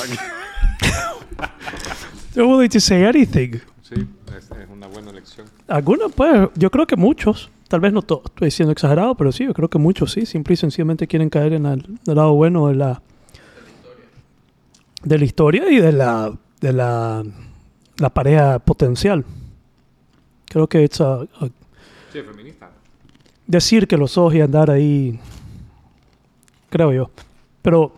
They're willing to say anything. Sí, es una buena elección. Algunos, pues, yo creo que muchos. Tal vez no todos, estoy siendo exagerado, pero sí, yo creo que muchos sí. Simple y sencillamente quieren caer en el lado bueno de la historia y de la pareja potencial. Creo que es Sí, feminista. decir que los ojos y andar ahí, creo yo. Pero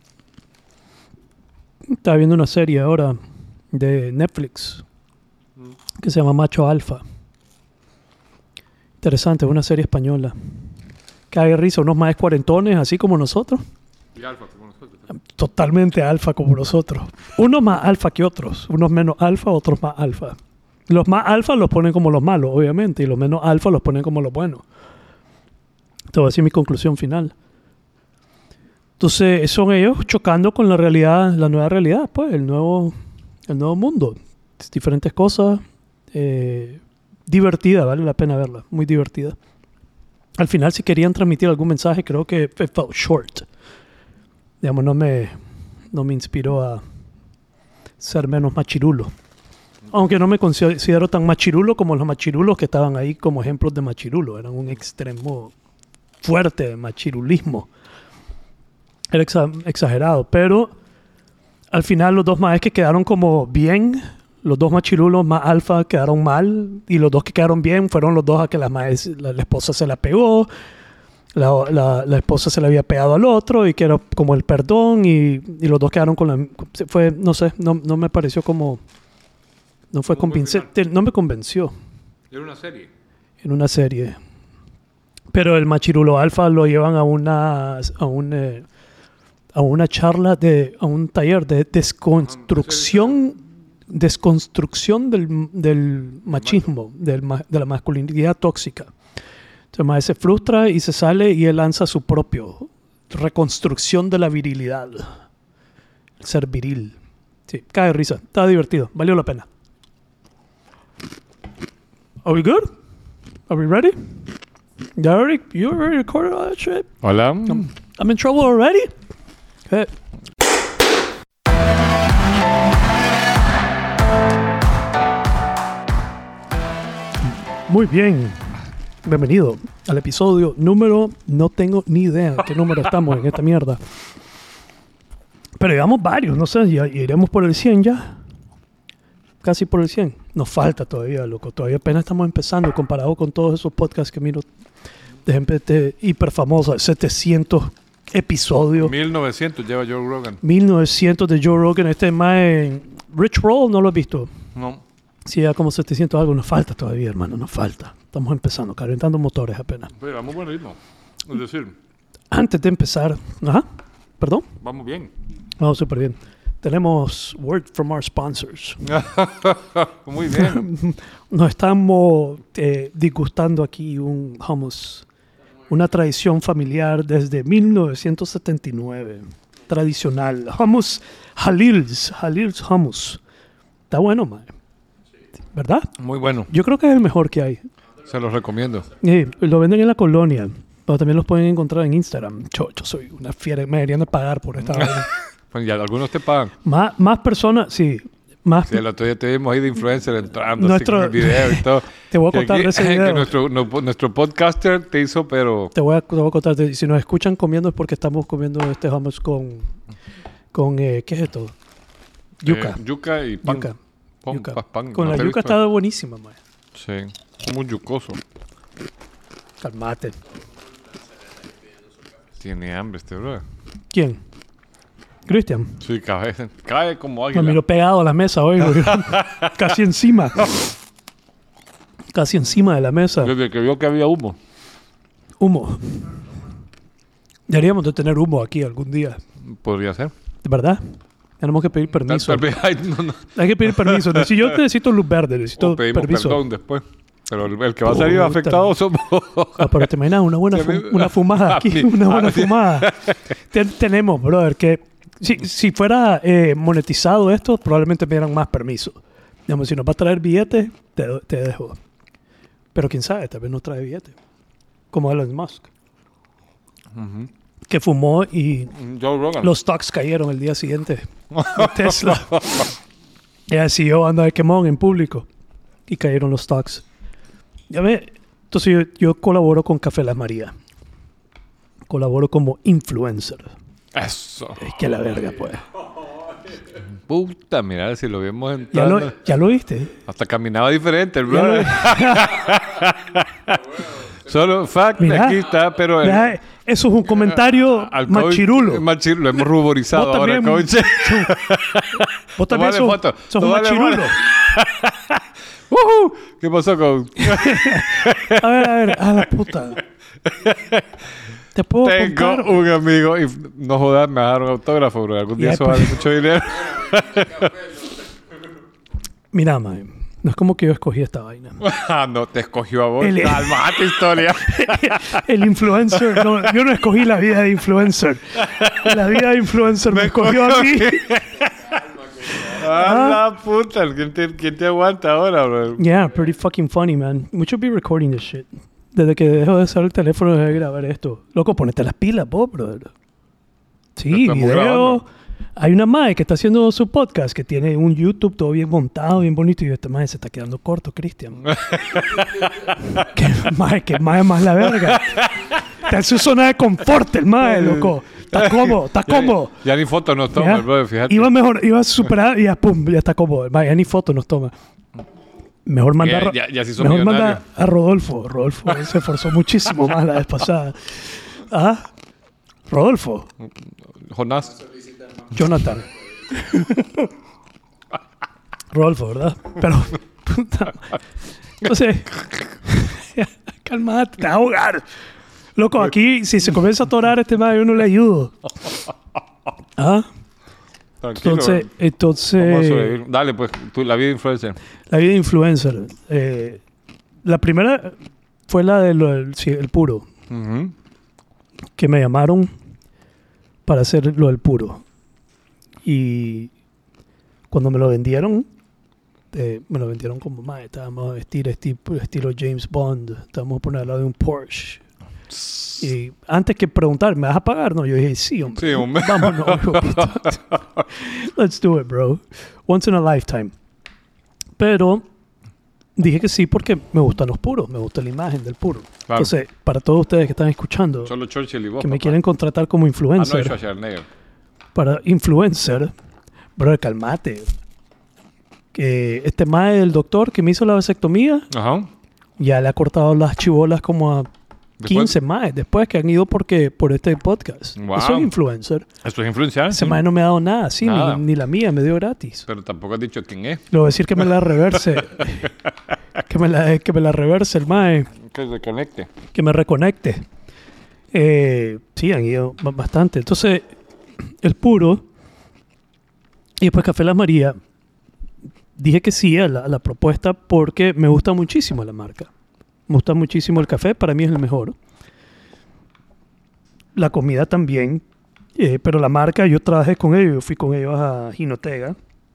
estaba viendo una serie ahora de Netflix que se llama Macho Alfa. Interesante, es una serie española. Que hay risa, unos más cuarentones, así como nosotros. Y alfa como nosotros. Totalmente alfa como nosotros. Unos más alfa que otros. Unos menos alfa, otros más alfa. Los más alfa los ponen como los malos, obviamente. Y los menos alfa los ponen como los buenos. Te voy a decir mi conclusión final. Entonces, son ellos chocando con la realidad, la nueva realidad, pues, el nuevo mundo. Diferentes cosas. Divertida, vale la pena verla. Muy divertida. Al final, si querían transmitir algún mensaje, creo que it felt short. Digamos, no me inspiró a ser menos machirulo. Aunque no me considero tan machirulo como los machirulos que estaban ahí como ejemplos de machirulo. Eran un extremo fuerte de machirulismo. Era exagerado. Pero al final los dos más que quedaron como bien. Los dos machirulos más alfa quedaron mal. Y los dos que quedaron bien fueron los dos a que la esposa se la pegó. La esposa se le había pegado al otro y que era como el perdón y los dos quedaron con la... Fue, no sé, no me pareció como... No fue convincente, no me convenció. Era una serie. En una serie. Pero el machirulo alfa lo llevan a una charla, a un taller de desconstrucción del machismo, de la masculinidad tóxica. Entonces, más se frustra y se sale y él lanza su propio reconstrucción de la virilidad. El ser viril. Sí, cae de risa. Está divertido. Valió la pena. Are we good? Are we ready? You already recorded all that shit? Hola. I'm in trouble already? Okay. Muy bien. Bienvenido al episodio número... No tengo ni idea en qué número estamos en esta mierda. Pero llevamos varios, no sé, ya iremos por el 100 ya. Casi por el 100. Nos falta todavía, loco. Todavía apenas estamos empezando comparado con todos esos podcasts que miro de gente hiper famosa. 700 episodios. 1900 lleva Joe Rogan. 1900 de Joe Rogan. Este más en Rich Roll, ¿no lo has visto? No. Sí, ya como 700 algo. Nos falta todavía, hermano. Nos falta. Estamos empezando, calentando motores apenas. Pero vamos buen ritmo. Es decir... Antes de empezar... Ajá. ¿Perdón? Vamos bien. Vamos súper bien. Tenemos word from our sponsors. Muy bien. Nos estamos disgustando aquí un hummus. Una tradición familiar desde 1979. Tradicional. Hummus Halil's Hummus. Está bueno, man. ¿Verdad? Muy bueno. Yo creo que es el mejor que hay. Se los recomiendo. Lo venden en la colonia. Pero también los pueden encontrar en Instagram. Yo soy una fiera. Me deberían de pagar por esta vaina. Pues ya algunos te pagan. Más personas, sí. Más. Sí, el otro día te vimos ahí de influencer entrando Nuestro, así con el video y todo. Te voy a contar de ese video. Que nuestro podcaster te hizo, pero... Te voy a contar. Si nos escuchan comiendo es porque estamos comiendo este hummus con ¿qué es esto? Yuca. Yuca y pan. Yuca. Pan. Con ¿No la te he yuca visto? está buenísima, man. Sí. Muy yucoso. Calmate. Tiene hambre este bro. ¿Quién? Cristian. Sí, cae como Me águila. miró pegado a la mesa hoy. Casi encima. Casi encima de la mesa. Desde que vio que había humo. Humo. Deberíamos de tener humo aquí algún día. Podría ser. ¿De verdad? Tenemos que pedir permiso. Tal vez no. Hay que pedir permiso. Si yo necesito luz verde, necesito O pedimos permiso. perdón después. Pero el que va a salir afectado somos... Pero te imaginas una buena una fumada aquí. Una buena fumada. Tenemos, brother, que si fuera monetizado esto, probablemente me dieran más permiso. Digamos, si nos va a traer billetes, te dejo. Pero quién sabe, tal vez no trae billetes. Como Elon Musk. que fumó y Joe Rogan. los stocks cayeron el día siguiente de Tesla. El CEO anda de quemón en público y cayeron los stocks. Ya ve, entonces yo colaboro con Café Las Marías. Colaboro como influencer. Eso. Es que la verga, pues. Puta, mira, si lo vimos en ¿Ya lo viste? Hasta caminaba diferente el Ya lo brother. Solo fact, Mirá, aquí está, pero... Deja- eso es un comentario al machirulo. COVID, machirulo, lo hemos ruborizado Vos ahora, también, coach. Vos también Tomale foto, sos un tomale machirulo. ¿Qué pasó con...? A ver, a la puta. Te puedo Tengo contar. un amigo y no jodas, me dejaron autógrafo, bro. Algún día Ya, eso pues. vale mucho dinero. Mira, man, no es como que yo escogí esta vaina. No, te escogió a vos. El- Calma tu historia. El influencer, no, yo no escogí la vida de influencer. La vida de influencer me escogió a mí. La puta, ¿quién te aguanta ahora, bro? Yeah, pretty fucking funny, man. We should be recording this shit. Desde que dejo de usar el teléfono dejé de grabar esto. Loco, ponete las pilas, vos, brother. Sí, Estamos video. grabando. Hay una mae que está haciendo su podcast que tiene un YouTube todo bien montado, bien bonito. Y esta mae se está quedando corto, Cristian. que mae más la verga. Te hace zona de confort el mae, loco. Está cómodo, está cómodo. Ya ni fotos nos Ya. toma, bro, fíjate. Iba mejor, iba a superar y ya, pum, ya está cómodo. Mae, ya ni foto nos toma. Mejor manda, Ya se hizo mejor manda millonario. a Rodolfo. Rodolfo se esforzó muchísimo más la vez pasada. ¿Ah? Rodolfo. Jonás. Jonathan. Rodolfo, ¿verdad? Pero, puta. Entonces, calmate, te vas a ahogar. Loco, aquí, si se comienza a atorar este madre, yo no le ayudo. ¿Ah? Tranquilo. Entonces, Vamos a sobrevivir. Dale, pues, tú, la vida de influencer. la vida de influencer. La primera fue la del sí, el puro. Ujú. Que me llamaron para hacer lo del puro. Y cuando me lo vendieron como, madre, estábamos a vestir estilo James Bond, estábamos a poner al lado de un Porsche. Y antes que preguntar, ¿me vas a pagar? No, yo dije, sí, hombre. Sí, hombre. Vámonos, hijo de puta. Let's do it, bro. Once in a lifetime. Pero dije que sí porque me gustan los puros, me gusta la imagen del puro. Claro. Entonces, para todos ustedes que están escuchando, Solo Churchill y vos, que me papá. quieren contratar como Ah, no, influencer, Schwarzenegger. para influencer, brother, calmate. Que este mae del doctor que me hizo la vasectomía, Ajá. ya le ha cortado las chibolas como a 15 más después que han ido por este podcast. Wow. Eso es influencer. Esto es influenciar. Ese mae no me ha dado nada, sí, Nada. ni la mía, me dio gratis. Pero tampoco has dicho quién es. Le voy a decir que me la reverse. que me la reverse el mae. Que se conecte. Que me reconecte. Sí, han ido bastante. Entonces, el puro y después Café Las Marías, dije que sí a la propuesta porque me gusta muchísimo la marca. Me gusta muchísimo el café, para mí es el mejor. La comida también, pero la marca, yo trabajé con ellos, yo fui con ellos a Jinotega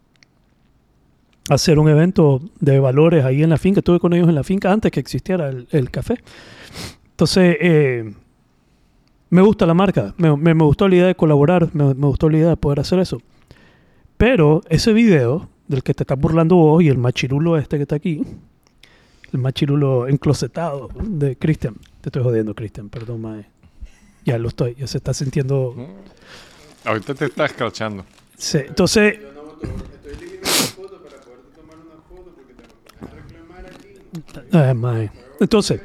a hacer un evento de valores ahí en la finca. Estuve con ellos en la finca antes que existiera el café. Entonces, me gusta la marca, me gustó la idea de colaborar, me gustó la idea de poder hacer eso. Pero ese video del que te estás burlando vos y el machirulo este que está aquí, el machirulo enclosetado de Cristian. Te estoy jodiendo, Cristian, perdón, mae. Ya lo estoy, ya se está sintiendo... Ahorita te estás escrachando. Sí, entonces... Estoy eligiendo una foto para poderte tomar una foto porque te vas a reclamar aquí. Mae. Entonces,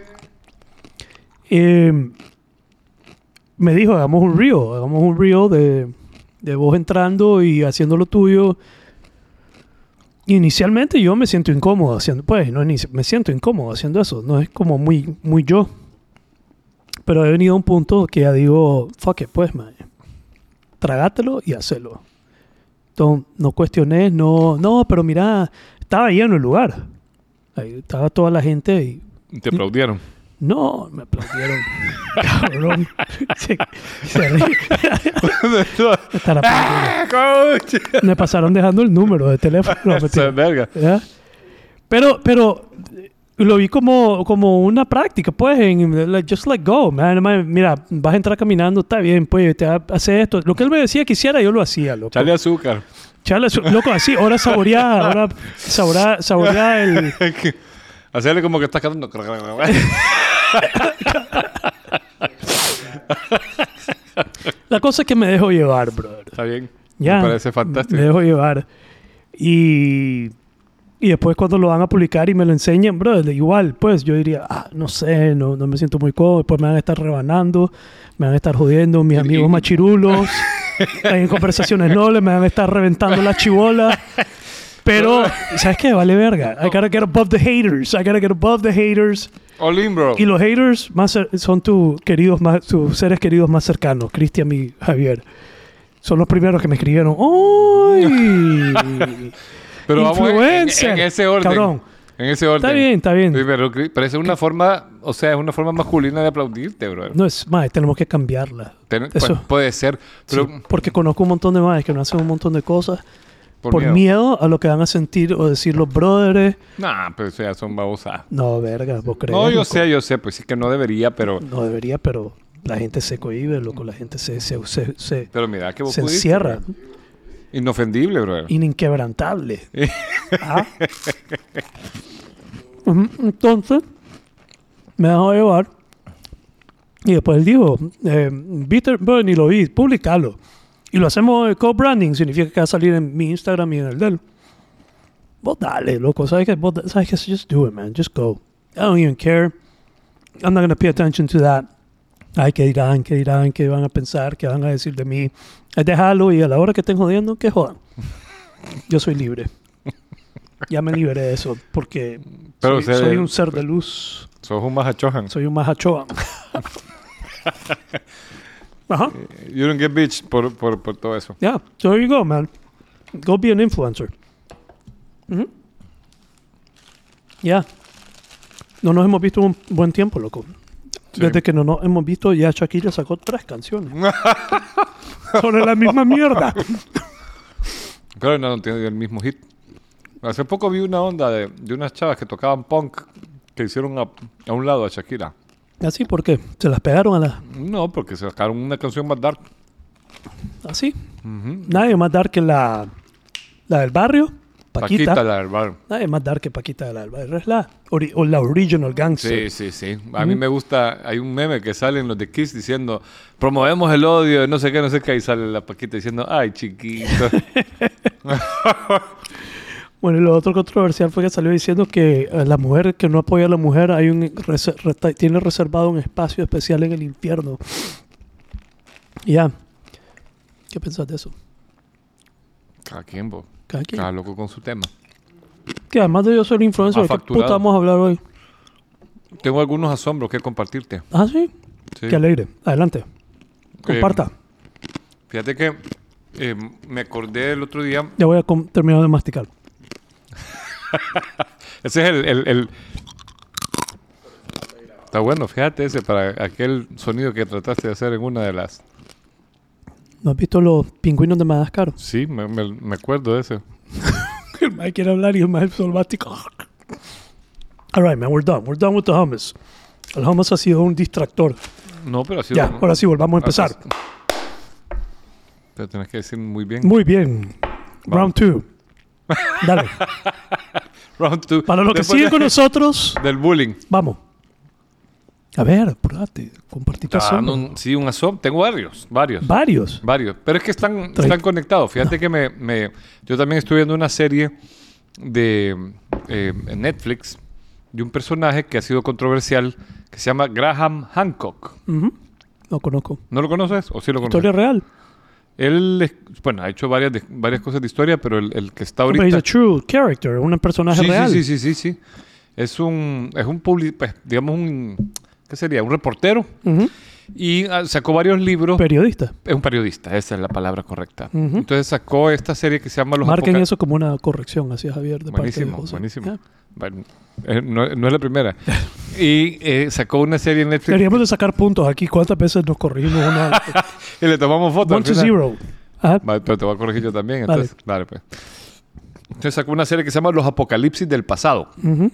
me dijo, hagamos un reel de vos entrando y haciendo lo tuyo. Inicialmente yo me siento incómodo haciendo, me siento incómodo haciendo eso, no es como muy yo. Pero he venido a un punto que ya digo, fuck it, pues, man. Trágatelo y hacelo. Entonces, no cuestiones, no, pero mira, estaba lleno el lugar. Ahí estaba toda la gente y Te aplaudieron. no, me aplaudieron. Cabrón. Se ríe. Estar aplaudiendo. ¡Coach! Me pasaron dejando el número de teléfono. Esa verga. ¿Ya? Pero lo vi como una práctica, pues, just let go, man. Mira, vas a entrar caminando, está bien, pues, te hace esto. Lo que él me decía que hiciera, yo lo hacía, loco. Chale azúcar. Loco, así, ahora saborear el... Hacerle como que estás cantando. La cosa es que me dejo llevar, brother. Está bien. Ya, Me parece fantástico. me dejo llevar. Y después cuando lo van a publicar y me lo enseñan, brother, igual, pues, yo diría, no sé, no me siento muy cómodo. Después me van a estar rebanando, me van a estar jodiendo mis amigos machirulos. En conversaciones nobles me van a estar reventando la chibola. Pero, ¿sabes qué? Vale verga. I gotta get above the haters. All in, bro. Y los haters son tus seres queridos más cercanos, Cristian y Javier. Son los primeros que me escribieron. ¡Ay! Pero vamos influencer. en ese orden. Cabrón. En ese orden. Está bien. Sí, pero es una forma, o sea, es una forma masculina de aplaudirte, bro. No es más, tenemos que cambiarla. Eso. Puede ser, pero Sí, porque conozco un montón de madres que no hacen un montón de cosas por miedo. miedo a lo que van a sentir o decir los brothers. Nah, pero eso ya son babosadas. No, verga, vos crees. No, yo loco? sé, pues sí que no debería, pero... No debería, pero la gente se cohíbe, loco. La gente se Pero mira, que vos se pudiste, encierra. bro. Inofendible, bro. Inquebrantable. ¿Ah? Entonces, me dejó llevar. Y después él dijo, bueno, ni lo vi, publicalo. Y lo hacemos co-branding, significa que va a salir en mi Instagram y en el de él. Vos dale, loco. ¿Sabes qué? Just do it, man. Just go. I don't even care. I'm not going to pay attention to that. Ay, ¿qué dirán? ¿Qué van a pensar? ¿Qué van a decir de mí? Déjalo y a la hora que estén jodiendo, que jodan. Yo soy libre. Ya me liberé de eso porque Pero soy un ser de luz. Sos un majachohan. Soy un majachoa. Ajá. You don't get bitch por todo eso. Yeah, so there you go, man. Go be an influencer. Ya. No nos hemos visto un buen tiempo, loco. Sí. Desde que no nos hemos visto, ya Shakira sacó 3 canciones. Sobre la misma mierda. Pero no tiene el mismo hit. Hace poco vi una onda de unas chavas que tocaban punk que hicieron a un lado a Shakira. ¿Así? ¿Por qué? ¿Se las pegaron a la...? No, porque sacaron una canción más dark. ¿Así? Nadie más dark que la del barrio. Paquita. la del bar. Nadie más dark que Paquita de la del barrio. Es la original gangster. Sí. A mí me gusta... Hay un meme que salen los de Kiss diciendo promovemos el odio, no sé qué. Y sale la Paquita diciendo ay, chiquito. Bueno, y lo otro controversial fue que salió diciendo que la mujer que no apoya a la mujer tiene reservado un espacio especial en el infierno. Ya. ¿Qué pensás de eso? Cada quien, bo. Cada quien. Cada loco con su tema. Que además de yo ser influencer, ¿de qué facturado. puta vamos a hablar hoy? Tengo algunos asombros que compartirte. ¿Ah, sí? Sí. Qué alegre. Adelante. Comparta. Fíjate que me acordé el otro día. Ya voy a terminar de masticar. Ese es el... Está bueno, fíjate ese para aquel sonido que trataste de hacer en una de las... ¿No has visto los pingüinos de Madagascar? Sí, me acuerdo de ese. El mae quiere hablar y el mae solo mastica. All right, man, we're done. We're done with the hummus. El hummus ha sido un distractor. No, pero ha sido... Ya, ahora sí, volvamos a empezar. Te tenés que decir muy bien. Muy bien. Round 2. Dale. Round 2. Para los que Después siguen con nosotros, del bullying. vamos. A ver, apurate. Compartí tu asombro. Sí, un asombro. Tengo varios. Varios. Pero es que están conectados. Fíjate que yo también estuve viendo una serie de en Netflix de un personaje que ha sido controversial que se llama Graham Hancock. Lo conozco. ¿No lo conoces? ¿O sí lo conoces? Historia real. Él, ha hecho varias cosas de historia, pero el que está ahorita... Pero es a true character, un personaje real. Sí. Es un pues, digamos ¿qué sería? Un reportero. Y sacó varios libros. Periodista. Es un periodista, esa es la palabra correcta. Entonces sacó esta serie que se llama Marquen eso como una corrección hacia Javier de parte de José. Buenísimo. Bueno, no es la primera. Y sacó una serie en Netflix. Deberíamos de sacar puntos aquí. ¿Cuántas veces nos corregimos una? Y le tomamos fotos. 1-0. Ajá. Vale, pero te voy a corregir yo también. Entonces, vale, pues. Entonces sacó una serie que se llama Los Apocalipsis del Pasado.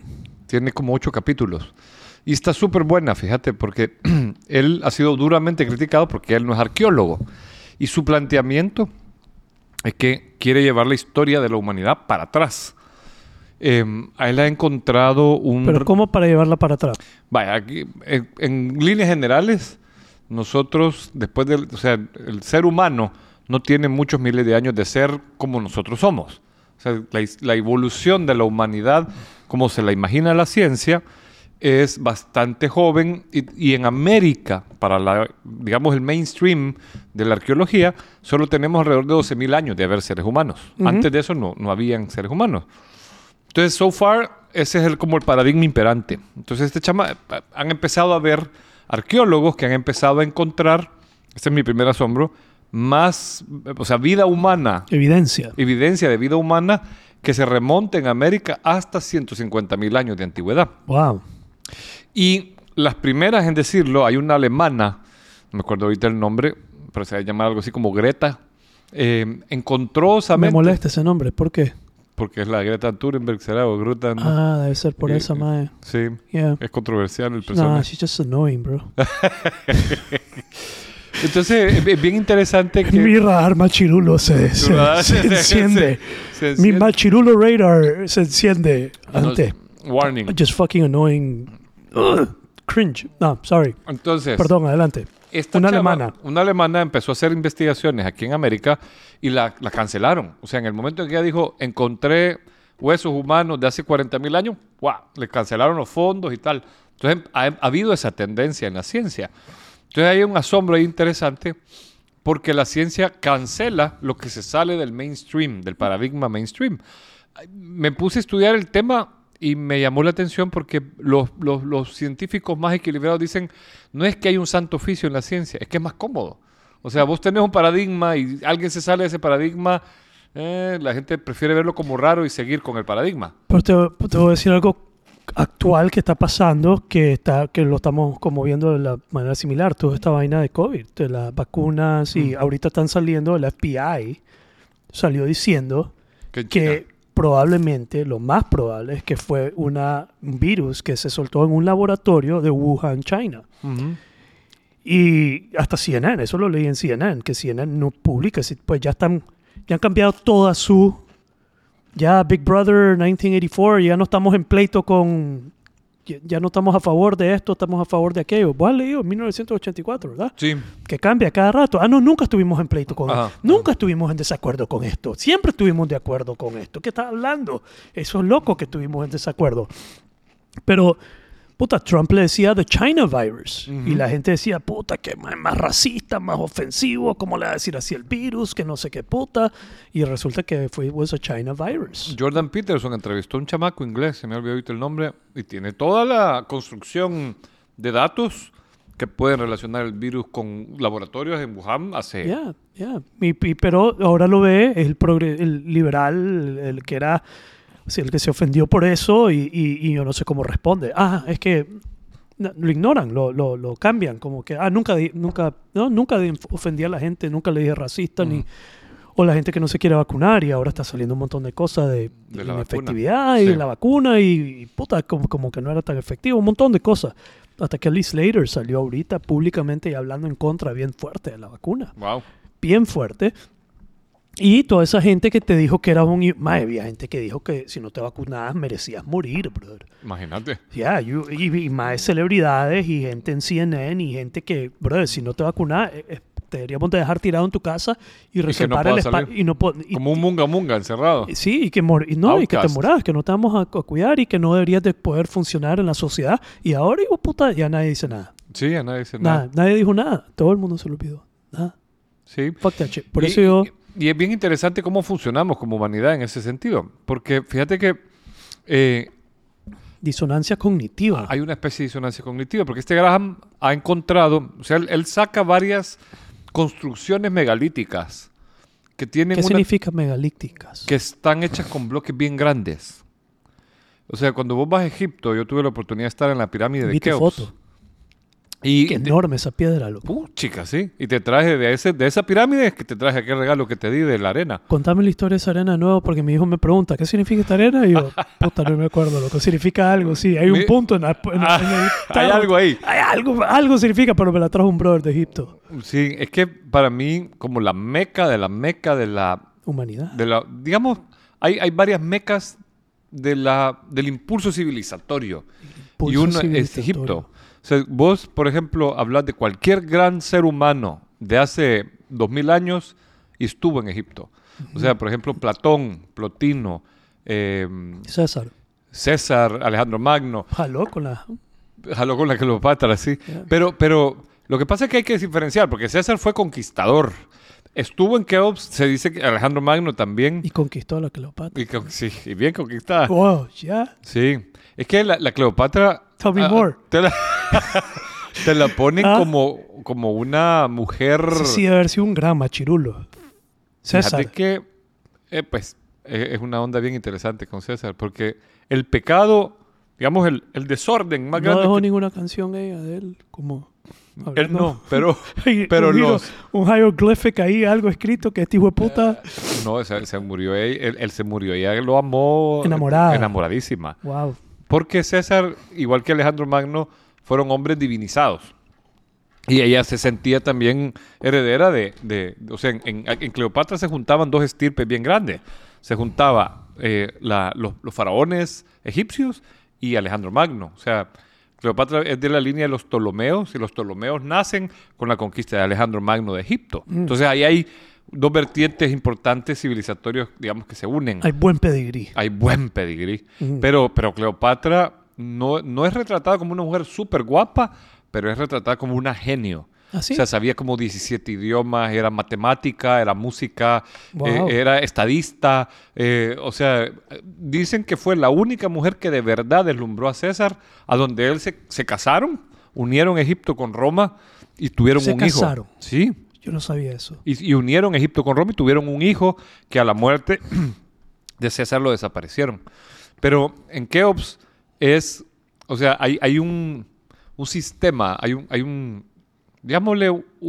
Tiene como 8 capítulos. Y está súper buena, fíjate, porque él ha sido duramente criticado porque él no es arqueólogo. Y su planteamiento es que quiere llevar la historia de la humanidad para atrás. A él ha encontrado un... Pero ¿cómo para llevarla para atrás? Vaya, aquí, en líneas generales, nosotros, después del... O sea, el ser humano no tiene muchos miles de años de ser como nosotros somos. O sea, la evolución de la humanidad, como se la imagina la ciencia, es bastante joven y en América, para digamos el mainstream de la arqueología, solo tenemos alrededor de 12.000 años de haber seres humanos. Antes de eso no habían seres humanos. Entonces, so far, ese es como el paradigma imperante. Entonces, han empezado a ver arqueólogos que han empezado a encontrar, este es mi primer asombro, más, o sea, vida humana. Evidencia De vida humana que se remonta en América hasta 150.000 años de antigüedad. Wow. Y las primeras en decirlo, hay una alemana, no me acuerdo ahorita el nombre, pero se va a llamar algo así como Greta, encontró... Me molesta ese nombre. ¿Por qué? Porque es la Greta Thunberg, ¿será? O Greta... Ah, debe ser por esa, mae. Sí, Yeah. es controversial el personaje. Nah, she's just annoying, bro. Entonces, es bien interesante que... Mi radar machirulo se enciende. Mi machirulo radar se enciende. Ante. Warning. Just fucking annoying. Ugh. Cringe. No, sorry. Entonces... Perdón, adelante. Una alemana. Una alemana empezó a hacer investigaciones aquí en América y la cancelaron. O sea, en el momento en que ella dijo, encontré huesos humanos de hace 40.000 años, ¡guau! Le cancelaron los fondos y tal. Entonces, ha habido esa tendencia en la ciencia. Entonces, hay un asombro ahí interesante porque la ciencia cancela lo que se sale del mainstream, del paradigma mainstream. Me puse a estudiar el tema y me llamó la atención porque los científicos más equilibrados dicen, no es que hay un santo oficio en la ciencia, es que es más cómodo. O sea, vos tenés un paradigma y alguien se sale de ese paradigma, la gente prefiere verlo como raro y seguir con el paradigma. Pero te voy a decir algo actual que está pasando, que lo estamos como viendo de la manera similar. Toda esta vaina de COVID, de las vacunas, y ahorita están saliendo, el FBI salió diciendo que probablemente, lo más probable es que fue un virus que se soltó en un laboratorio de Wuhan, China. Y hasta CNN, eso lo leí en CNN, que CNN no publica, pues ya han cambiado toda su... Ya Big Brother 1984, ya no estamos en pleito con... Ya no estamos a favor de esto, estamos a favor de aquello. Vos has leído 1984, ¿verdad? Sí. Que cambia cada rato. No, nunca estuvimos en pleito con Ajá. esto. Nunca estuvimos en desacuerdo con esto. Siempre estuvimos de acuerdo con esto. ¿Qué estás hablando? Eso es loco que estuvimos en desacuerdo. Pero, puta, Trump le decía the China virus. Y la gente decía, puta, que más racista, más ofensivo. ¿Cómo le va a decir así el virus? Que no sé qué puta. Y resulta que was a China virus. Jordan Peterson entrevistó a un chamaco inglés, se me olvidó ahorita el nombre, y tiene toda la construcción de datos que pueden relacionar el virus con laboratorios en Wuhan hace... Pero ahora lo ve el liberal, el que era... Sí, el que se ofendió por eso y yo no sé cómo responde. Es que lo ignoran, lo cambian, como que nunca ofendí a la gente, nunca le dije racista o la gente que no se quiere vacunar y ahora está saliendo un montón de cosas de la inefectividad vacuna. y Sí. la vacuna y puta, como que no era tan efectivo, un montón de cosas. Hasta que Lee Slater salió ahorita públicamente y hablando en contra bien fuerte de la vacuna. Wow. Bien fuerte. Y toda esa gente que te dijo que era había gente que dijo que si no te vacunabas merecías morir, brother. Imagínate. Y más celebridades y gente en CNN y gente que, brother, si no te vacunabas, te deberíamos de dejar tirado en tu casa y reservar el espacio. Como un munga encerrado. Sí, y que te moras, que no te vamos a cuidar y que no deberías de poder funcionar en la sociedad. Y ahora, hijo puta, ya nadie dice nada. Sí, ya nadie dice nada. Nadie dijo nada. Todo el mundo se lo olvidó. Nada. Sí. Fuck that shit. Por eso yo... Y es bien interesante cómo funcionamos como humanidad en ese sentido. Porque fíjate que... disonancia cognitiva. Hay una especie de disonancia cognitiva. Porque Graham ha encontrado... O sea, él saca varias construcciones megalíticas que tienen... ¿Qué significa megalíticas? Que están hechas con bloques bien grandes. O sea, cuando vos vas a Egipto, yo tuve la oportunidad de estar en la pirámide de Keops. Foto. Y Qué enorme esa piedra, loco. chica, sí. Y te traje de esa pirámide que te traje aquel regalo que te di de la arena. Contame la historia de esa arena de nuevo porque mi hijo me pregunta, ¿qué significa esta arena? Y yo, puta, no me acuerdo, loco. Significa algo, sí. Hay un punto en el Hay tarot. algo ahí. Hay algo significa, pero me la trajo un brother de Egipto. Sí, es que para mí, como la meca de la Humanidad. digamos, hay varias mecas del impulso civilizatorio. Impulso Y uno es civilizatorio. Egipto. O sea, vos, por ejemplo, hablas de cualquier gran ser humano de hace 2000 años y estuvo en Egipto. O sea, por ejemplo, Platón, Plotino, César. César, Alejandro Magno, Jaló con la... jaló con la Cleopatra, sí. Yeah. Pero lo que pasa es que hay que diferenciar, porque César fue conquistador. Estuvo en Keops, se dice que Alejandro Magno también. Y conquistó a la Cleopatra. Sí, y bien conquistada. Wow, ya. Sí. Es que la Cleopatra... Tell me more. Te la ponen como una mujer... Sí, debe haber sido un gran machirulo. César. Fíjate que, es una onda bien interesante con César, porque el pecado, digamos, el desorden más No grande... dejó que- ninguna canción ella de él, como... Él no, pero un, los... un hieroglyphic ahí, algo escrito que este hijo de puta... No, se murió él se murió, ella lo amó... Enamorada. Enamoradísima. Wow. Porque César, igual que Alejandro Magno, fueron hombres divinizados. Y ella se sentía también heredera o sea, en Cleopatra se juntaban dos estirpes bien grandes. Se juntaba los faraones egipcios y Alejandro Magno. O sea, Cleopatra es de la línea de los Ptolomeos y los Ptolomeos nacen con la conquista de Alejandro Magno de Egipto. Entonces ahí hay dos vertientes importantes civilizatorios, digamos, que se unen. Hay buen pedigrí. Hay buen pedigrí. Pero Cleopatra no es retratada como una mujer súper guapa, pero es retratada como una genio. ¿Ah, sí? O sea, sabía como 17 idiomas, era matemática, era música, Wow. era estadista. O sea, dicen que fue la única mujer que de verdad deslumbró a César, a donde él se casaron, unieron Egipto con Roma y tuvieron ¿Se un casaron? hijo. Sí. Yo no sabía eso. Y unieron Egipto con Roma y tuvieron un hijo que a la muerte de César lo desaparecieron. Pero en Keops o sea, hay un sistema, hay un digámosle,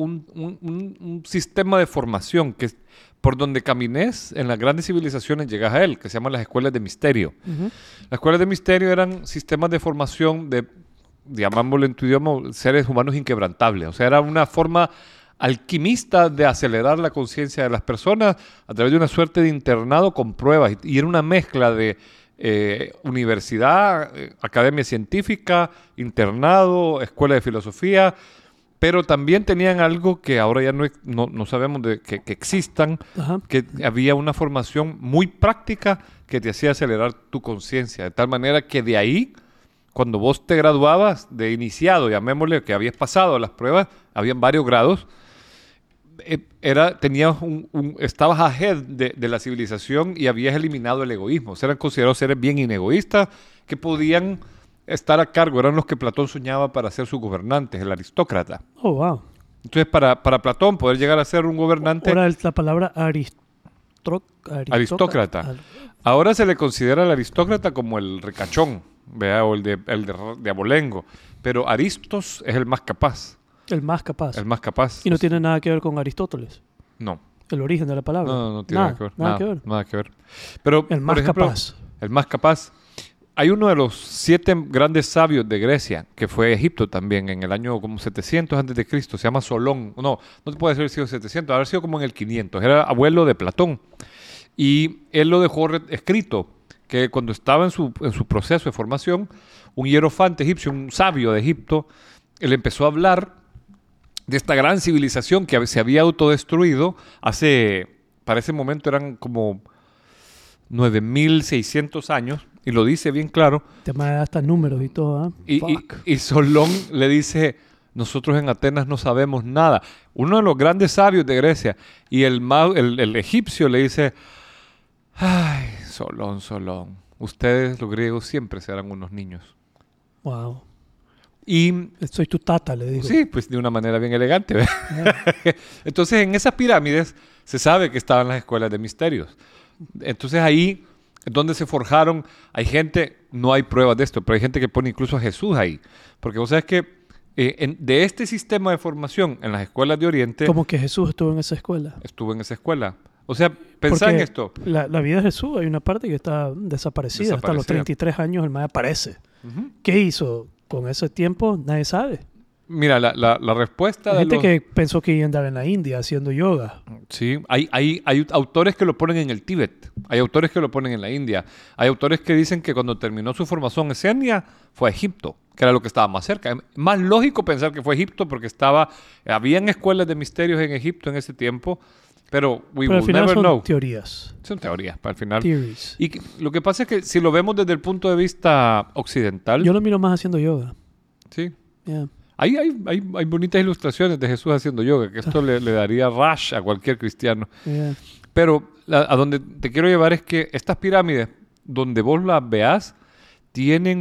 un sistema de formación que por donde camines en las grandes civilizaciones llegas a él, que se llaman las escuelas de misterio. Las escuelas de misterio eran sistemas de formación de, llamámoslo en tu idioma, seres humanos inquebrantables. O sea, era una forma alquimista de acelerar la conciencia de las personas a través de una suerte de internado con pruebas. Y era una mezcla de universidad, academia científica, internado, escuela de filosofía, pero también tenían algo que ahora ya no sabemos que existan, Ajá. que había una formación muy práctica que te hacía acelerar tu conciencia, de tal manera que de ahí, cuando vos te graduabas de iniciado, llamémosle que habías pasado las pruebas, habían varios grados, tenías estabas ahead de la civilización y habías eliminado el egoísmo. O sea, eran considerados seres bien inegoístas que podían estar a cargo. Eran los que Platón soñaba para ser sus gobernantes, el aristócrata. Oh, wow. Entonces, para Platón poder llegar a ser un gobernante... Ahora la palabra aristócrata. Ahora se le considera al aristócrata como el ricachón, ¿verdad? O el de abolengo. Pero Aristos es el más capaz. El más capaz. El más capaz. Y no tiene nada que ver con Aristóteles. No. El origen de la palabra. No tiene nada que ver. Nada que ver. Nada que ver. Pero, El más por ejemplo, capaz. El más capaz. Hay uno de los 7 grandes sabios de Grecia, que fue a Egipto también, en el año como 700 antes de Cristo. Se llama Solón. No te puede haber sido 700, haber sido como en el 500. Era abuelo de Platón. Y él lo dejó escrito, que cuando estaba en su proceso de formación, un hierofante egipcio, un sabio de Egipto, él empezó a hablar de esta gran civilización que se había autodestruido para ese momento eran como 9.600 años, y lo dice bien claro. Tema de hasta números y todo, ¿ah? Y Solón le dice, nosotros en Atenas no sabemos nada. Uno de los grandes sabios de Grecia, y el egipcio le dice, ay, Solón, ustedes los griegos siempre serán unos niños. Wow. Y soy tu tata, le digo. sí, pues de una manera bien elegante. Entonces, en esas pirámides se sabe que estaban las escuelas de misterios. Entonces, ahí es donde se forjaron. Hay gente, no hay pruebas de esto, pero hay gente que pone incluso a Jesús ahí. Porque vos sabes que de este sistema de formación en las escuelas de Oriente, Como que Jesús estuvo en esa escuela. estuvo en esa escuela. O sea, pensá en Porque esto. La vida de Jesús, hay una parte que está desaparecida. Hasta los 33 años el mae aparece. Ujú. ¿Qué hizo con ese tiempo? Nadie sabe. Mira, la respuesta Hay de gente los... que pensó que iba a andar en la India haciendo yoga. Sí, hay autores que lo ponen en el Tíbet, hay autores que lo ponen en la India, hay autores que dicen que cuando terminó su formación escénica fue a Egipto, que era lo que estaba más cerca. Es más lógico pensar que fue Egipto porque habían escuelas de misterios en Egipto en ese tiempo, pero we Pero al will final never son know. teorías. Son teorías, para el final. Theories. Y lo que pasa es que si lo vemos desde el punto de vista occidental, Yo lo miro más haciendo yoga. sí, Yeah. hay bonitas ilustraciones de Jesús haciendo yoga, que esto le daría rush a cualquier cristiano. Yeah. Pero a donde te quiero llevar es que estas pirámides, donde vos las veas, tienen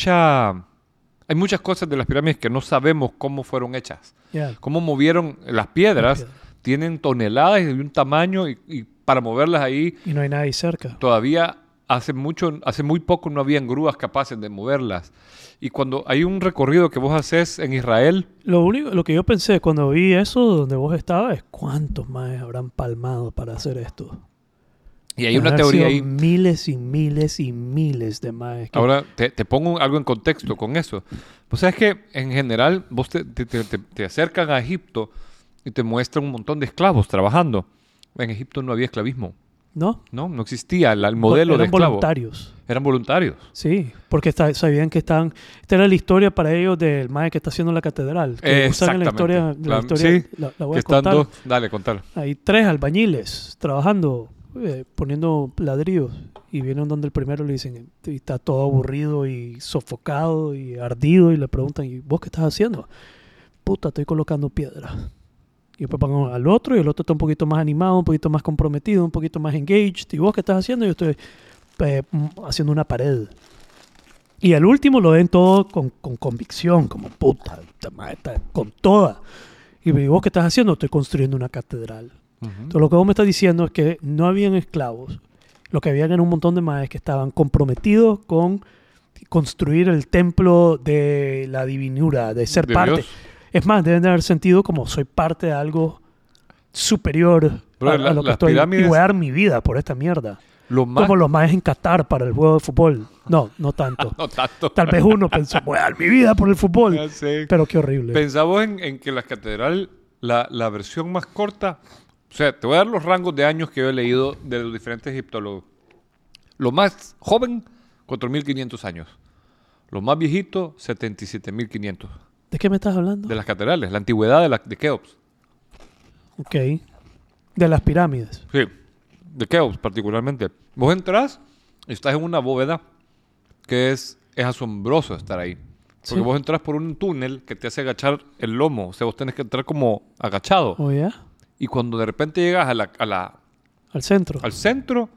hay muchas cosas de las pirámides que no sabemos cómo fueron hechas. Yeah. Cómo movieron las piedras. Las piedras. Tienen toneladas y un tamaño y para moverlas ahí Y no hay nadie cerca. todavía hace muy poco no habían grúas capaces de moverlas. Y cuando hay un recorrido que vos haces en Israel, Lo que yo pensé cuando vi eso donde vos estabas es cuántos más habrán palmado para hacer esto. y hay una Haber teoría sido ahí. miles y miles y miles de más. Ahora te pongo algo en contexto con eso. Pues sabes que en general vos te acercan a Egipto y te muestran un montón de esclavos trabajando. En Egipto no había esclavismo, ¿No? no existía el modelo de Eran esclavo. voluntarios. Eran voluntarios. Sí, porque sabían que estaban... Esta era la historia para ellos del mae que está haciendo la catedral. Que usan en la historia... Sí, la voy que a están contar. dos. Dale, contar. Hay 3 albañiles trabajando, poniendo ladrillos. Y vienen donde el primero le dicen, y está todo aburrido y sofocado y ardido. Y le preguntan, ¿y vos qué estás haciendo? Puta, estoy colocando piedras. Y después van al otro y el otro está un poquito más animado, un poquito más comprometido, un poquito más engaged. ¿Y vos qué estás haciendo? Yo estoy haciendo una pared. Y al último lo ven todo con convicción, como puta, esta madre está con toda. Y vos qué estás haciendo? Estoy construyendo una catedral. Entonces lo que vos me estás diciendo es que no habían esclavos. Lo que habían era un montón de maes que estaban comprometidos con construir el templo de la divinura, de ser De parte. Dios. Es más, deben de haber sentido como soy parte de algo superior Bro, a lo que las estoy. pirámides- Y voy a dar mi vida por esta mierda. Lo más... Como los maes en Qatar para el juego de fútbol. No, no tanto. No tanto. Tal vez uno pensó, voy a dar mi vida por el fútbol. Ya sé. Pero qué horrible. Pensamos en que la catedral, la versión más corta, o sea, te voy a dar los rangos de años que yo he leído de los diferentes egiptólogos. Lo más joven, 4.500 años. Lo más viejito, 77.500. ¿De qué me estás hablando? De las catedrales, la antigüedad de Keops. Ok. De las pirámides. Sí, de Keops particularmente. Vos entras y estás en una bóveda que es asombroso estar ahí. Porque Sí. vos entras por un túnel que te hace agachar el lomo. O sea, vos tenés que entrar como agachado. ¿O ya? Y cuando de repente llegas Al centro. al centro,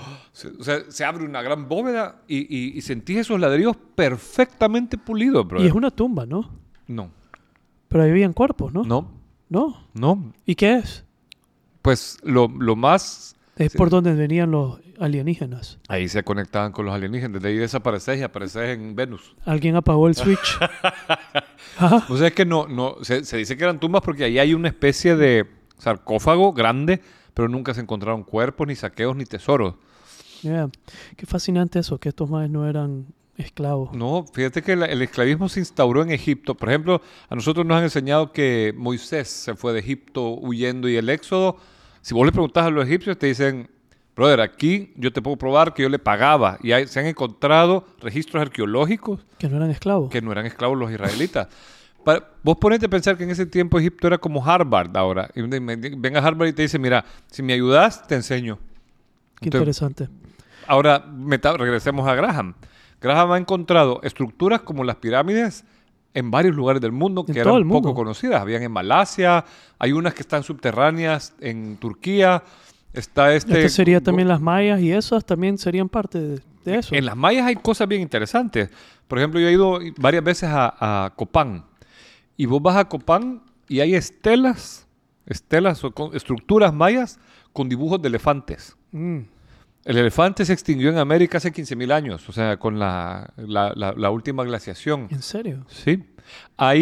se abre una gran bóveda y sentís esos ladrillos perfectamente pulidos, bro. Y es una tumba, ¿no? No, Pero ahí vivían cuerpos, ¿no? no, No. no. ¿Y qué es? Pues lo más... Es Sí. por donde venían los alienígenas. Ahí se conectaban con los alienígenas. De ahí desapareces y apareces en Venus. Alguien apagó el switch. Ajá. O sea, es que se dice que eran tumbas porque ahí hay una especie de sarcófago grande, pero nunca se encontraron cuerpos, ni saqueos, ni tesoros. Yeah. Qué fascinante eso, que estos maes no eran esclavos. No, fíjate que el esclavismo se instauró en Egipto. Por ejemplo, a nosotros nos han enseñado que Moisés se fue de Egipto huyendo y el éxodo. Si vos le preguntás a los egipcios, te dicen, brother, aquí yo te puedo probar que yo le pagaba. Y se han encontrado registros arqueológicos Que no eran esclavos. que no eran esclavos los israelitas. Vos ponete a pensar que en ese tiempo Egipto era como Harvard ahora. Y venga a Harvard y te dice, mira, si me ayudas, te enseño. Qué Entonces, interesante. ahora regresemos a Graham. Graham ha encontrado estructuras como las pirámides en varios lugares del mundo que En todo eran el mundo. poco conocidas. Habían en Malasia, hay unas que están subterráneas en Turquía. Está Esto sería también las mayas y esas también serían parte de eso. En las mayas hay cosas bien interesantes. Por ejemplo, yo he ido varias veces a Copán. Y vos vas a Copán y hay estelas o estructuras mayas con dibujos de elefantes. Mm. El elefante se extinguió en América hace 15.000 años, o sea, con la última glaciación. ¿En serio? Sí. Hay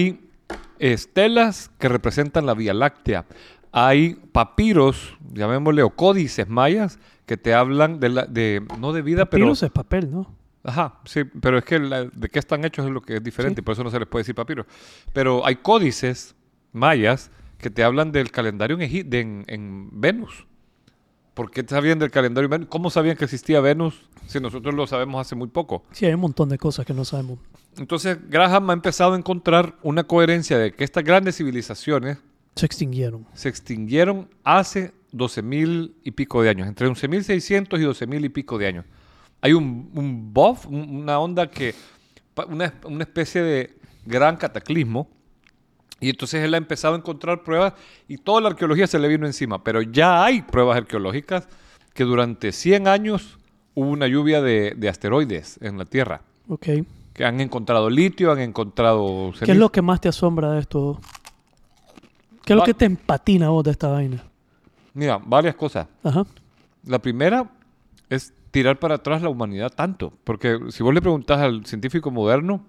estelas que representan la Vía Láctea. Hay papiros, llamémosle, o códices mayas, que te hablan no de vida, Papyrus es papel, ¿no? Ajá, sí, pero es que de qué están hechos es lo que es diferente, por eso no se les puede decir papiro. Pero hay códices mayas que te hablan del calendario en Venus. ¿Por qué sabían del calendario en Venus? ¿Cómo sabían que existía Venus si nosotros lo sabemos hace muy poco? Sí, hay un montón de cosas que no sabemos. Entonces, Graham ha empezado a encontrar una coherencia de que estas grandes civilizaciones Se extinguieron. se extinguieron hace 12.000 y pico de años, entre 11.600 y 12.000 y pico de años. Hay un buff, una onda una especie de gran cataclismo, y entonces él ha empezado a encontrar pruebas y toda la arqueología se le vino encima, pero ya hay pruebas arqueológicas que durante 100 años hubo una lluvia de asteroides en la Tierra, Ok. que han encontrado litio, han encontrado ¿Qué es lo que más te asombra de esto? ¿Qué es lo que te empatina a vos de esta vaina? Mira, varias cosas. Ajá. La primera es tirar para atrás la humanidad tanto. Porque si vos le preguntás al científico moderno,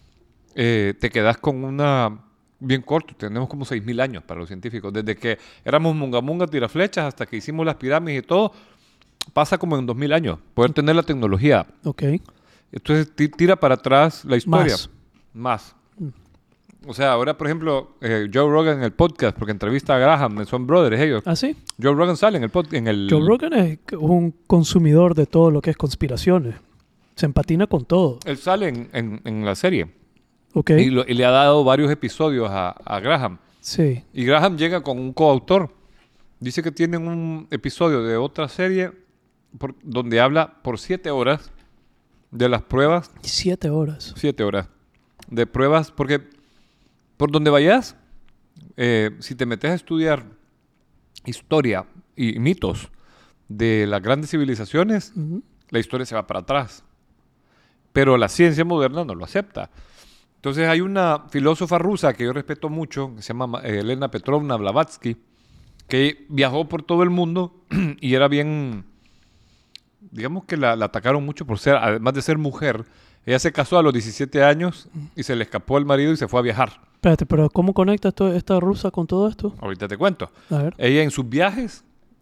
te quedás con una... Bien corto, tenemos como 6.000 años para los científicos. Desde que éramos munga tiraflechas hasta que hicimos las pirámides y todo, pasa como en 2.000 años. Poder tener la tecnología. Ok. Entonces tira para atrás la historia. Más. Más. O sea, ahora, por ejemplo, Joe Rogan en el podcast, porque entrevista a Graham, son brothers ellos. ¿Ah, sí? Joe Rogan sale en el podcast. Joe Rogan es un consumidor de todo lo que es conspiraciones. Se empatina con todo. Él sale en la serie. Ok. Y le ha dado varios episodios a Graham. Sí. Y Graham llega con un coautor. Dice que tienen un episodio de otra serie donde habla por 7 horas de las pruebas. 7 horas. 7 horas de pruebas, porque por donde vayas, si te metes a estudiar historia y mitos de las grandes civilizaciones, Ujú. la historia se va para atrás. Pero la ciencia moderna no lo acepta. Entonces hay una filósofa rusa que yo respeto mucho, que se llama Elena Petrovna Blavatsky, que viajó por todo el mundo y era bien... Digamos que la atacaron mucho por ser, además de ser mujer, ella se casó a los 17 años y se le escapó el marido y se fue a viajar. Espérate, pero ¿cómo conecta esta rusa con todo esto? Ahorita te cuento. A ver. Ella en sus viajes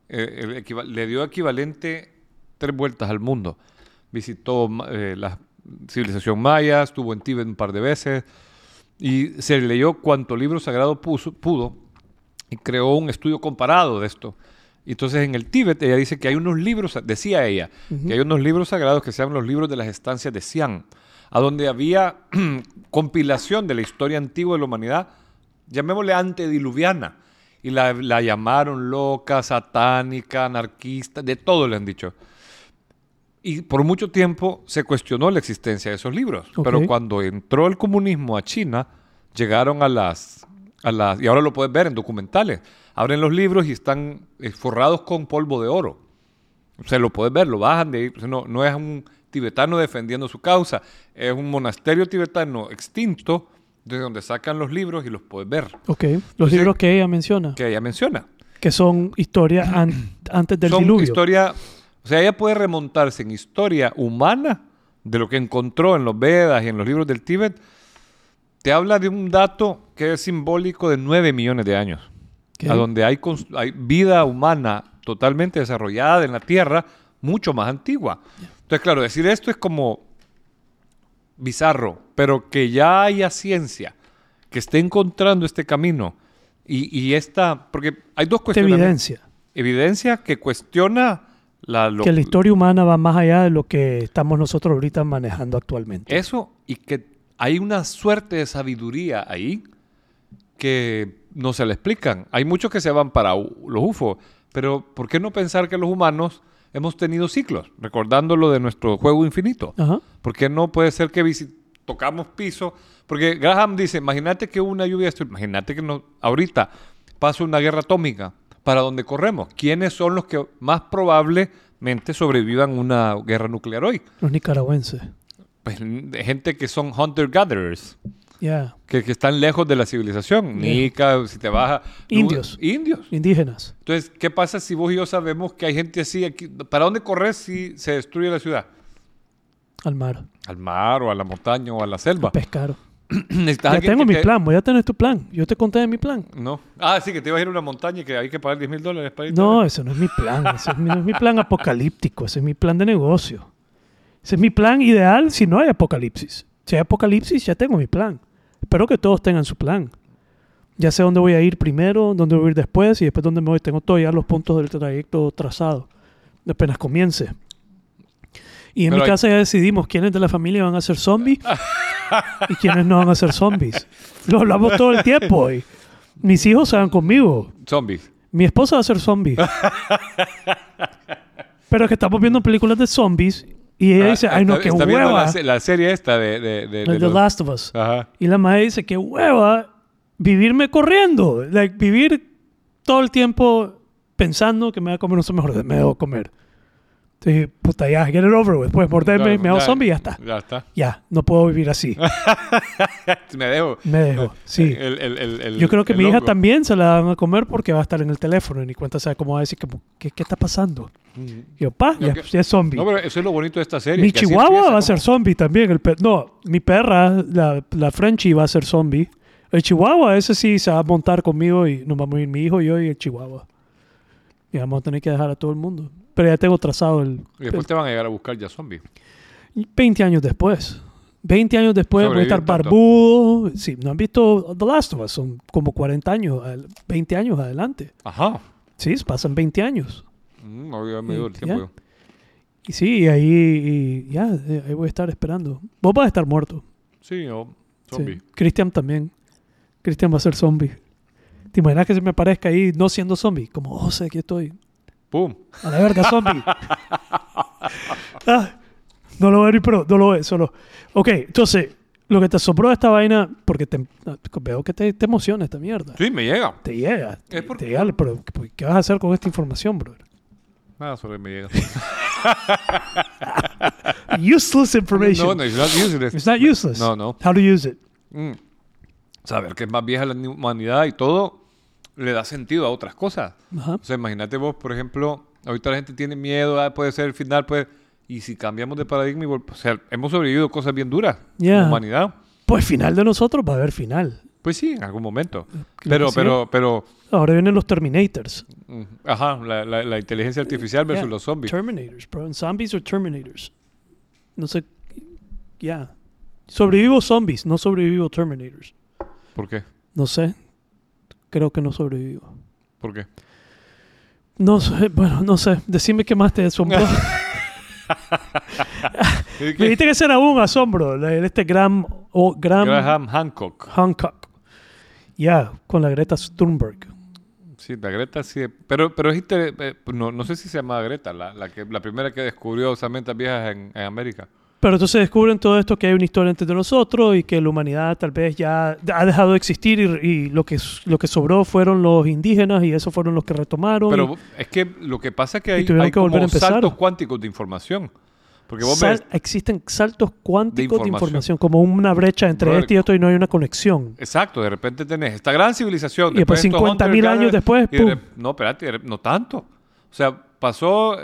le dio equivalente 3 vueltas al mundo. Visitó la civilización maya, estuvo en Tíbet un par de veces y se leyó cuanto libro sagrado pudo y creó un estudio comparado de esto. Y entonces en el Tíbet ella dice que hay unos libros, decía ella, que hay unos libros sagrados que se llaman los libros de las estancias de Xi'an, a donde había compilación de la historia antigua de la humanidad, llamémosle antediluviana, y la llamaron loca, satánica, anarquista, de todo le han dicho. Y por mucho tiempo se cuestionó la existencia de esos libros, pero cuando entró el comunismo a China, llegaron y ahora lo puedes ver en documentales, abren los libros y están forrados con polvo de oro. O sea, lo puedes ver, lo bajan de ahí. No es un tibetano defendiendo su causa, es un monasterio tibetano extinto de donde sacan los libros y los puedes ver. Ok. Los Entonces, libros que ella menciona, que ella menciona. que son historias antes del Son diluvio. historia, o sea, ella puede remontarse en historia humana de lo que encontró en los Vedas y en los libros del Tíbet. Te habla de un dato que es simbólico de 9 millones de años. ¿Qué? A donde hay vida humana totalmente desarrollada en la Tierra, mucho más antigua. Entonces, claro, decir esto es como bizarro, pero que ya haya ciencia que esté encontrando este camino y esta... Porque hay dos Esta cuestiones. evidencia. Evidencia que cuestiona Que la historia humana va más allá de lo que estamos nosotros ahorita manejando actualmente. eso, y que hay una suerte de sabiduría ahí que no se le explican. Hay muchos que se van para los UFO, pero ¿por qué no pensar que los humanos hemos tenido ciclos? Recordando lo de nuestro juego infinito. Ajá. ¿Por qué no puede ser que tocamos piso? Porque Graham dice, imagínate que una lluvia, imagínate que ahorita pasa una guerra atómica, ¿para dónde corremos? ¿Quiénes son los que más probablemente sobrevivan una guerra nuclear hoy? Los nicaragüenses. Pues gente que son hunter-gatherers. Ya. Que están lejos de la civilización. Nica, si te vas a... Indios. Indios. Indígenas. Entonces, ¿qué pasa si vos y yo sabemos que hay gente así aquí? ¿Para dónde corres si se destruye la ciudad? Al mar. Al mar o a la montaña o a la selva. A pescar. Necesitas Ya alguien tengo que mi te- plan, voy a tener tu plan. Yo te conté de mi plan. No. Ah, sí, que te ibas a ir a una montaña y que hay que pagar $10,000 para ir. No, ese no es mi plan. No es mi plan apocalíptico. Ese es mi plan de negocio. Ese es mi plan ideal si no hay apocalipsis. Si hay apocalipsis, ya tengo mi plan. Espero que todos tengan su plan. Ya sé dónde voy a ir primero, dónde voy a ir después y después dónde me voy. Tengo todos ya los puntos del trayecto trazados. Apenas comience. Y en Pero mi casa ya decidimos quiénes de la familia van a ser zombies y quiénes no van a ser zombies. Lo hablamos todo el tiempo. Y mis hijos se van conmigo. Zombies. Mi esposa va a ser zombie. Pero es que estamos viendo películas de zombies y ella dice, ay no, qué está viendo hueva. la serie esta de The los- Last of Us. Ajá. Y la madre dice, qué hueva vivirme corriendo. Like, vivir todo el tiempo pensando que me voy a comer un zombie. Mejor me debo comer. Entonces, puta, ya, get it over with. Pues morderme, Claro, me hago ya- zombie y ya está. Ya está. Ya, no puedo vivir así. Me dejo. Me dejo, sí. Yo creo que el mi hija hongo. también se la van a comer porque va a estar en el teléfono y ni cuenta sabe cómo va a decir, como, ¿qué está pasando? Y yo, pa, No, ya es zombie. No, pero eso es lo bonito de esta serie. Mi que así chihuahua empieza va a ser como- zombie también. No, mi perra, la Frenchie, va a ser zombie. El chihuahua, ese sí se va a montar conmigo y nos vamos a ir mi hijo, yo y el chihuahua. Y vamos a tener que dejar a todo el mundo. Pero ya tengo trazado Y después te van a llegar a buscar ya zombies. 20 años después. 20 años después voy a estar Sobreviven tanto. barbudo. Sí, ¿no han visto The Last of Us? Son como 40 años, 20 años adelante. Ajá. Sí, pasan 20 años. No había medido el Ya. tiempo. yo. Y sí, y ahí ya, ahí voy a estar esperando. Vos vas a estar muerto. Sí, o Sí. zombie. Cristian también. Cristian va a ser zombie. ¿Te imaginas que se me aparezca ahí no siendo zombie? Como, oh, sé que estoy. ¡Pum! A la verga, zombie. Ah, no lo veo, pero no lo veo, solo. Ok, entonces, lo que te sobró de esta vaina, porque veo que te emociona esta mierda. Sí, me llega. Te llega. Es por- Te llega, pero ¿qué vas a hacer con esta información, brother? Nada sobre me llega. Useless information. No, no, it's not useless. It's not useless. No, no. How to use it. Saber que es más vieja la humanidad y todo le da sentido a otras cosas. Ajá. O sea, imagínate vos, por ejemplo, ahorita la gente tiene miedo, puede ser el final, puede... Y si cambiamos de paradigma, o sea, hemos sobrevivido cosas bien duras Yeah. como humanidad. Pues final de nosotros va a haber final. Pues sí, en algún momento. Claro Pero, que sí. pero, Ahora vienen los Terminators. ajá, la inteligencia artificial versus Yeah, los zombies. Terminators, bro. Zombies o Terminators. No sé. Ya. Sobrevivo zombies, no sobrevivo Terminators. ¿Por qué? No sé. Creo que no sobrevivo. ¿Por qué? No sé, bueno, no sé. Decime qué más te asombró. Me dijiste que ese era un asombro. Este Graham Graham Hancock. Hancock. Ya, con la Greta Thunberg. Sí, la Greta sí. Pero es no sé si se llamaba Greta, la primera que descubrió osamentas viejas en América. Pero entonces descubren todo esto, que hay una historia entre nosotros y que la humanidad tal vez ya ha dejado de existir y lo que sobró fueron los indígenas y esos fueron los que retomaron. Pero es que lo que pasa es que hay tuvieron que volver a como empezar. saltos cuánticos de información. Porque vos ves... Existen saltos cuánticos de información. información, como una brecha entre Brother, esto y esto y no hay una conexión. Exacto, de repente tenés esta gran civilización. Y después estos 50.000 hunter años después, y de ¡pum! no, espérate, no tanto. O sea, pasó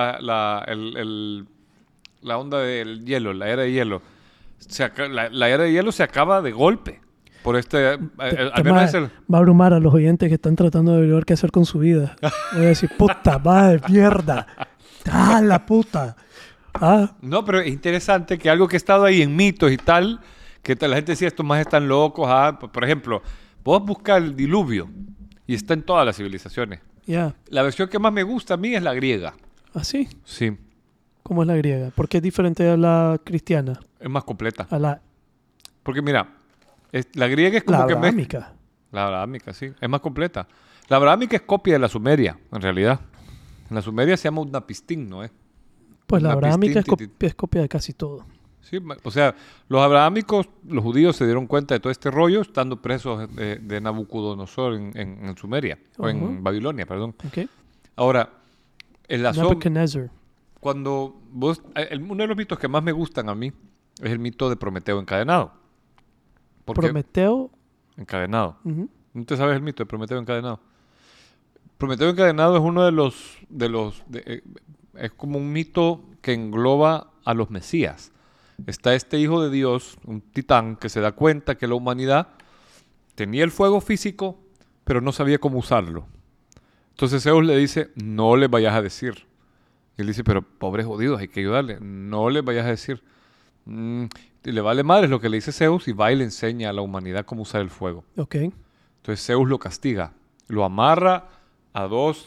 la onda del hielo, la era de hielo. La era de hielo se acaba de golpe. Por al menos es el... Va a abrumar a los oyentes que están tratando de averiguar qué hacer con su vida. Voy a decir, puta madre, mierda. ¡Ah, la puta! Ah, No, pero es interesante que algo que ha estado ahí en mitos y tal, la gente decía, estos más están locos. Por ejemplo, vos buscas el diluvio y está en todas las civilizaciones. ya. La versión que más me gusta a mí es la griega. ¿Así? Sí, ¿Cómo es la griega? ¿Por qué es diferente a la cristiana? es más completa. A la Porque mira, la griega es como que... abrahámica. La abrahámica, sí, es más completa. La abrahámica es copia de la sumeria, en realidad. En la sumeria se llama Utnapishtim, ¿no es? Pues la Utnapishtim, abrahámica es copia de casi todo. Sí, o sea, los abrahámicos, los judíos se dieron cuenta de todo este rollo estando presos de Nabucodonosor en Sumeria, o en Ujú. Babilonia, perdón. ¿Ok? Ahora, el asombro, Nebuchadnezzar. cuando vos, uno de los mitos que más me gustan a mí es el mito de Prometeo encadenado. Porque Prometeo. encadenado. Ujú. ¿No te sabes el mito de Prometeo encadenado? Prometeo encadenado es uno es como un mito que engloba a los mesías. está este hijo de Dios, un titán, que se da cuenta que la humanidad tenía el fuego físico, pero no sabía cómo usarlo. Entonces Zeus le dice, no les vayas a decir. Y él dice, pero pobres jodidos, hay que ayudarle. No les vayas a decir. Y le vale madre lo que le dice Zeus y va y le enseña a la humanidad cómo usar el fuego. Ok. Entonces Zeus lo castiga. Lo amarra a dos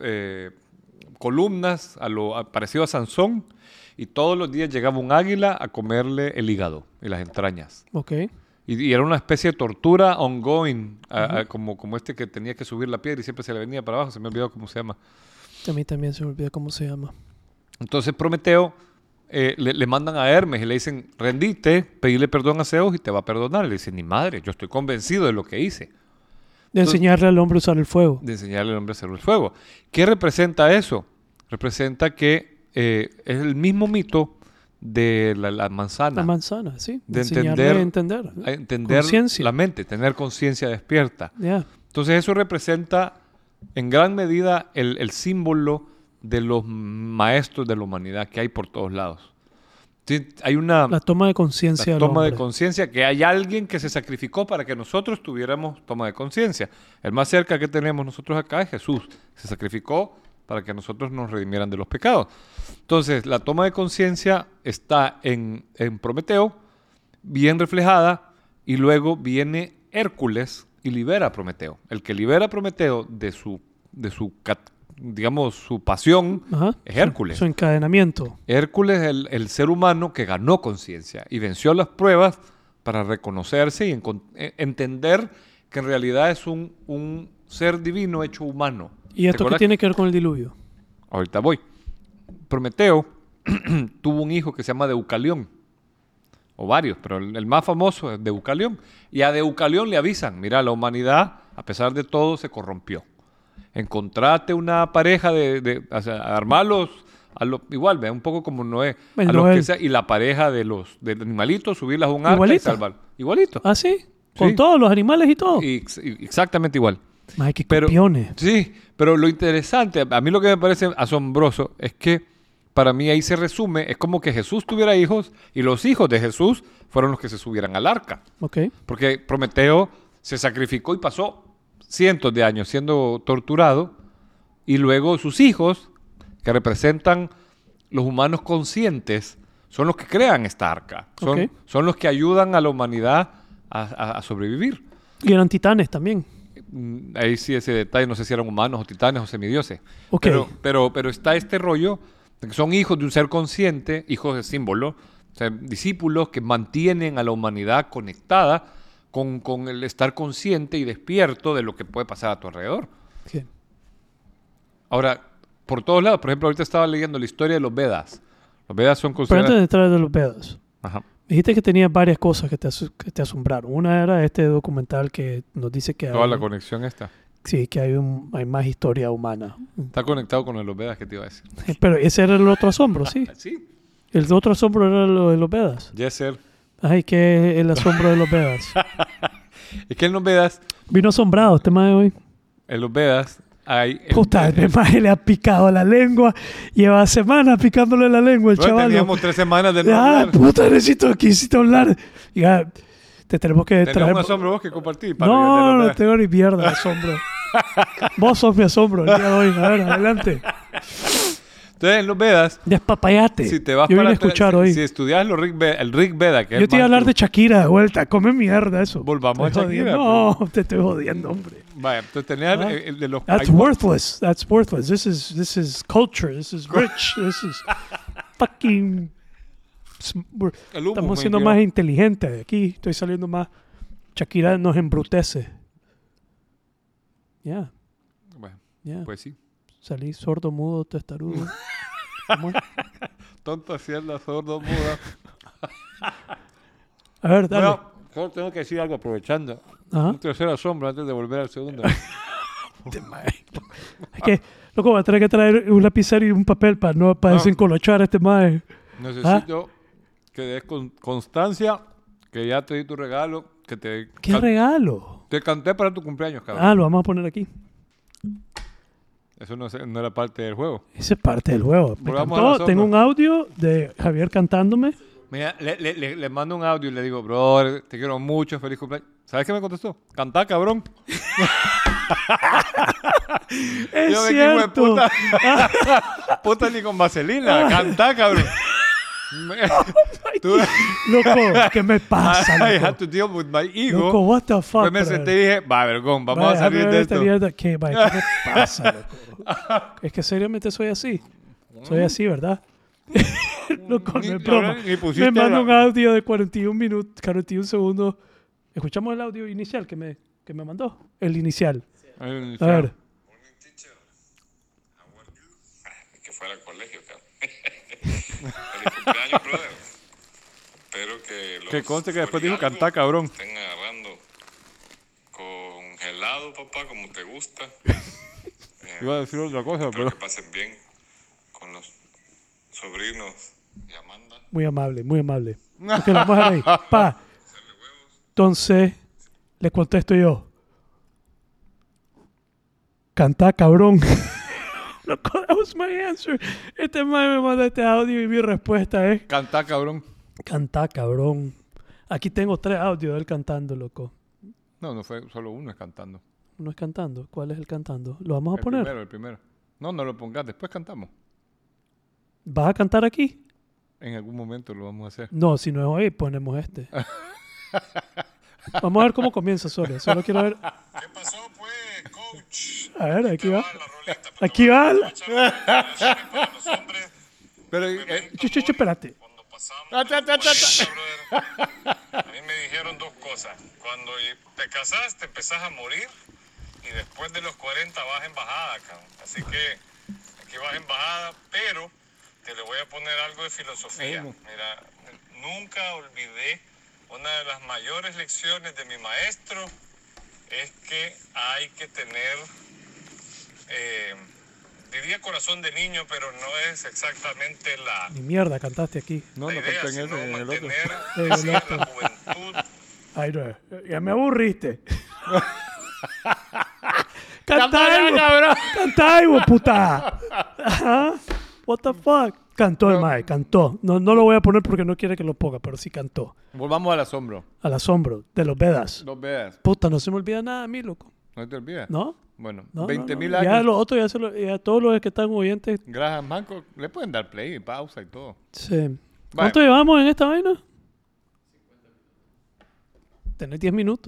columnas, parecido a Sansón, y todos los días llegaba un águila a comerle el hígado y las entrañas. Ok. Y era una especie de tortura ongoing, como este que tenía que subir la piedra y siempre se le venía para abajo. Se me olvidó cómo se llama. A mí también se me olvida cómo se llama. Entonces Prometeo le mandan a Hermes y le dicen, rendite, pedile perdón a Zeus y te va a perdonar. Le dice, ni madre, yo estoy convencido de lo que hice. De enseñarle al hombre a usar el fuego. De enseñarle al hombre a hacer el fuego. ¿Qué representa eso? Representa que es el mismo mito de la manzana. La manzana, sí. De enseñarle a entender. Conciencia. la mente, tener conciencia despierta. Yeah. Entonces eso representa en gran medida el símbolo de los maestros de la humanidad que hay por todos lados. Sí, hay La toma de conciencia la del toma de hombre. conciencia, que hay alguien que se sacrificó para que nosotros tuviéramos toma de conciencia. El más cerca que tenemos nosotros acá es Jesús. Se sacrificó para que nosotros nos redimieran de los pecados. Entonces, la toma de conciencia está en Prometeo, bien reflejada, y luego viene Hércules y libera a Prometeo. El que libera a Prometeo de su digamos, su pasión Ajá. es Hércules. Su encadenamiento. Hércules es el ser humano que ganó conciencia y venció las pruebas para reconocerse y entender que en realidad es un ser divino hecho humano. ¿Y esto qué tiene que ver con el diluvio? Ahorita voy. Prometeo tuvo un hijo que se llama Deucalión, o varios, pero el más famoso es Deucalión. Y a Deucalión le avisan, mira, la humanidad, a pesar de todo, se corrompió. Encontrate una pareja o sea, armarlos igual, ¿ve? Un poco como Noé. Y la pareja de animalitos, subirlas a un arca y salvar. Igualito. ¿Ah, sí? ¿Con Sí. todos los animales y todo? Exactamente igual. Ay, qué copiones. Sí, pero lo interesante, a mí lo que me parece asombroso es que para mí ahí se resume, es como que Jesús tuviera hijos y los hijos de Jesús fueron los que se subieran al arca. Ok. Porque Prometeo se sacrificó y pasó cientos de años siendo torturado, y luego sus hijos, que representan los humanos conscientes, son los que crean esta arca. Son los que ayudan a la humanidad a sobrevivir. Y eran titanes también. Ahí sí ese detalle, no sé si eran humanos o titanes o semidioses. Ok. Pero está este rollo de que son hijos de un ser consciente, hijos de símbolo, o sea, discípulos que mantienen a la humanidad conectada con el estar consciente y despierto de lo que puede pasar a tu alrededor. Sí. Ahora, por todos lados, por ejemplo, ahorita estaba leyendo la historia de los Vedas. Los Vedas son Pero antes de considerados... entrar de los Vedas, Ajá. dijiste que tenía varias cosas que te asombraron. Una era este documental que nos dice que Toda la conexión está. sí, que hay más historia humana. Está conectado con los Vedas que te iba a decir. Pero ese era el otro asombro, sí. Sí. El otro asombro era lo de los Vedas. Yeser. Ay, ¿qué es el asombro de los Vedas? Es que en los Vedas, Vino asombrado este mae hoy. hay... Puta, el mae le ha picado la lengua. Lleva semanas picándole la lengua el Bueno, chaval. teníamos 3 semanas de no Ah, hablar. puta, necesito hablar. Ya, te tenemos que Tenemos traer... un asombro vos que compartir. No tengo ni mierda de asombro. Vos sos mi asombro el día de hoy. A ver, adelante. Entonces, en los Vedas, Despapayate. si te vas Yo vine para a escuchar hoy. si estudias el Rig Veda, que es Yo te iba a hablar más de Shakira de vuelta. Come mierda eso. Volvamos Estoy a Shakira, jodiendo. No, te estoy jodiendo, hombre. Vaya, entonces tenías el de los... That's hay- worthless. That's worthless. This is culture. This is rich. This is fucking... el humo, Estamos siendo me más dio. inteligentes. Aquí estoy saliendo más... Shakira nos embrutece. Ya, Bueno, ya. pues sí. Salí sordo, mudo, testarudo. ¿Cómo es? Tonto haciendo sordo, muda. A ver, dale. Bueno, solo tengo que decir algo aprovechando. Ajá. Un tercer asombro antes de volver al segundo. Es que, loco, voy a tener que traer un lapicero y un papel para No. desencolochar a este mae. Necesito que des constancia que ya te di tu regalo, que ¿Qué regalo? te canté para tu cumpleaños, cabrón. Ah, lo vamos a poner aquí. Eso no era parte del juego. Esa es parte del juego. Me Volvamos encantó. al asombro. Tengo un audio de Javier cantándome. Mira, le mando un audio y le digo, bro, te quiero mucho, feliz cumpleaños. ¿Sabes qué me contestó? Cantá, cabrón. Es Yo me quedé, hijo de cierto. puta. Puta ni con vaselina. Cantá, cabrón. Tú- Loco, ¿qué me pasa, I loco? had to deal with my ego. Loco, what the fuck, Después me brother? senté y dije, va, vergón, vamos Vaya, a salir déjame de ver esta esto. mierda. ¿Qué me pasa, loco? Es que seriamente soy así. Soy así, ¿verdad? Loco, Ni- no es broma. ni pusiste Me manda la- un audio de 41 minutos, 41 segundos. ¿Escuchamos el audio inicial que me mandó? El inicial. A ver. Morning, teacher. How are you? Que fuera al colegio, cabrón. Feliz cumpleaños, brother. Espero que los Que conste que después dijo foliangos cantá, cabrón. estén agarrando congelado, papá, como te gusta. Iba a decir otra cosa, Espero pero... que pasen bien con los sobrinos y Amanda. Muy amable, muy amable. Ok, la vamos a dejar ahí. Pa. Entonces, le contesto yo. Cantá, cabrón. Loco, that was my answer. Este man me manda este audio y mi respuesta es Cantá, cabrón. cantá, cabrón. Aquí tengo 3 audios de él cantando, loco. No, no fue solo uno es cantando. Uno es cantando. ¿Cuál es el cantando? ¿Lo vamos a El poner? primero, el primero. No, no lo pongas, después cantamos. ¿Vas a cantar aquí? En algún momento lo vamos a hacer. No, si no es hoy, ponemos este. Vamos a ver cómo comienza solo. Solo quiero ver. ¿Qué pasó, pues, coach? A ver, aquí va. La roleta, pero Aquí va. para los hombres, Pero... Chuchu, espérate. cuando pasamos Ta, ta, ta, ta, ta. brother, a mí me dijeron 2 cosas. Cuando te casaste empezás a morir y después de los 40 vas en bajada, cabrón. Así que aquí vas en bajada, pero te le voy a poner algo de filosofía. Mira, nunca olvidé una de las mayores lecciones de mi maestro es que hay que tener, diría corazón de niño, pero no es exactamente la... Ni mierda, cantaste aquí. No, la no idea, canté en sino ese, en el otro. mantener En el así a otro. la juventud. Ay, no. Ya me aburriste. Cantá, Canta algo. cabrón. Canta algo, puta. Ajá. What the fuck. Cantó el mae, cantó. No lo voy a poner porque no quiere que lo ponga, pero sí cantó. Volvamos al asombro. Al asombro de los Vedas. No veas. Puta, no se me olvida nada a mí, loco. No te olvides. ¿No? Bueno, No, 20.000 no. años. Ya los otros, ya todos los que están oyentes. Graham Hancock, le pueden dar play, pausa y todo. Sí. ¿Cuánto llevamos en esta vaina? 50 minutos. Tenés 10 minutos.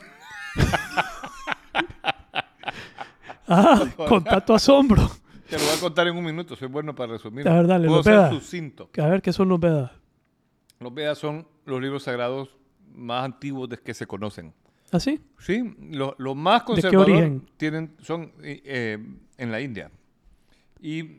Contá tu asombro. Te lo voy a contar en un minuto, soy bueno para resumir. A ver, dale, Puedo los ser Vedas. sucinto. A ver, ¿qué son los Vedas? Los Vedas son los libros sagrados más antiguos de que se conocen. ¿Así? Sí, lo más qué conservador origen? son en la India. Y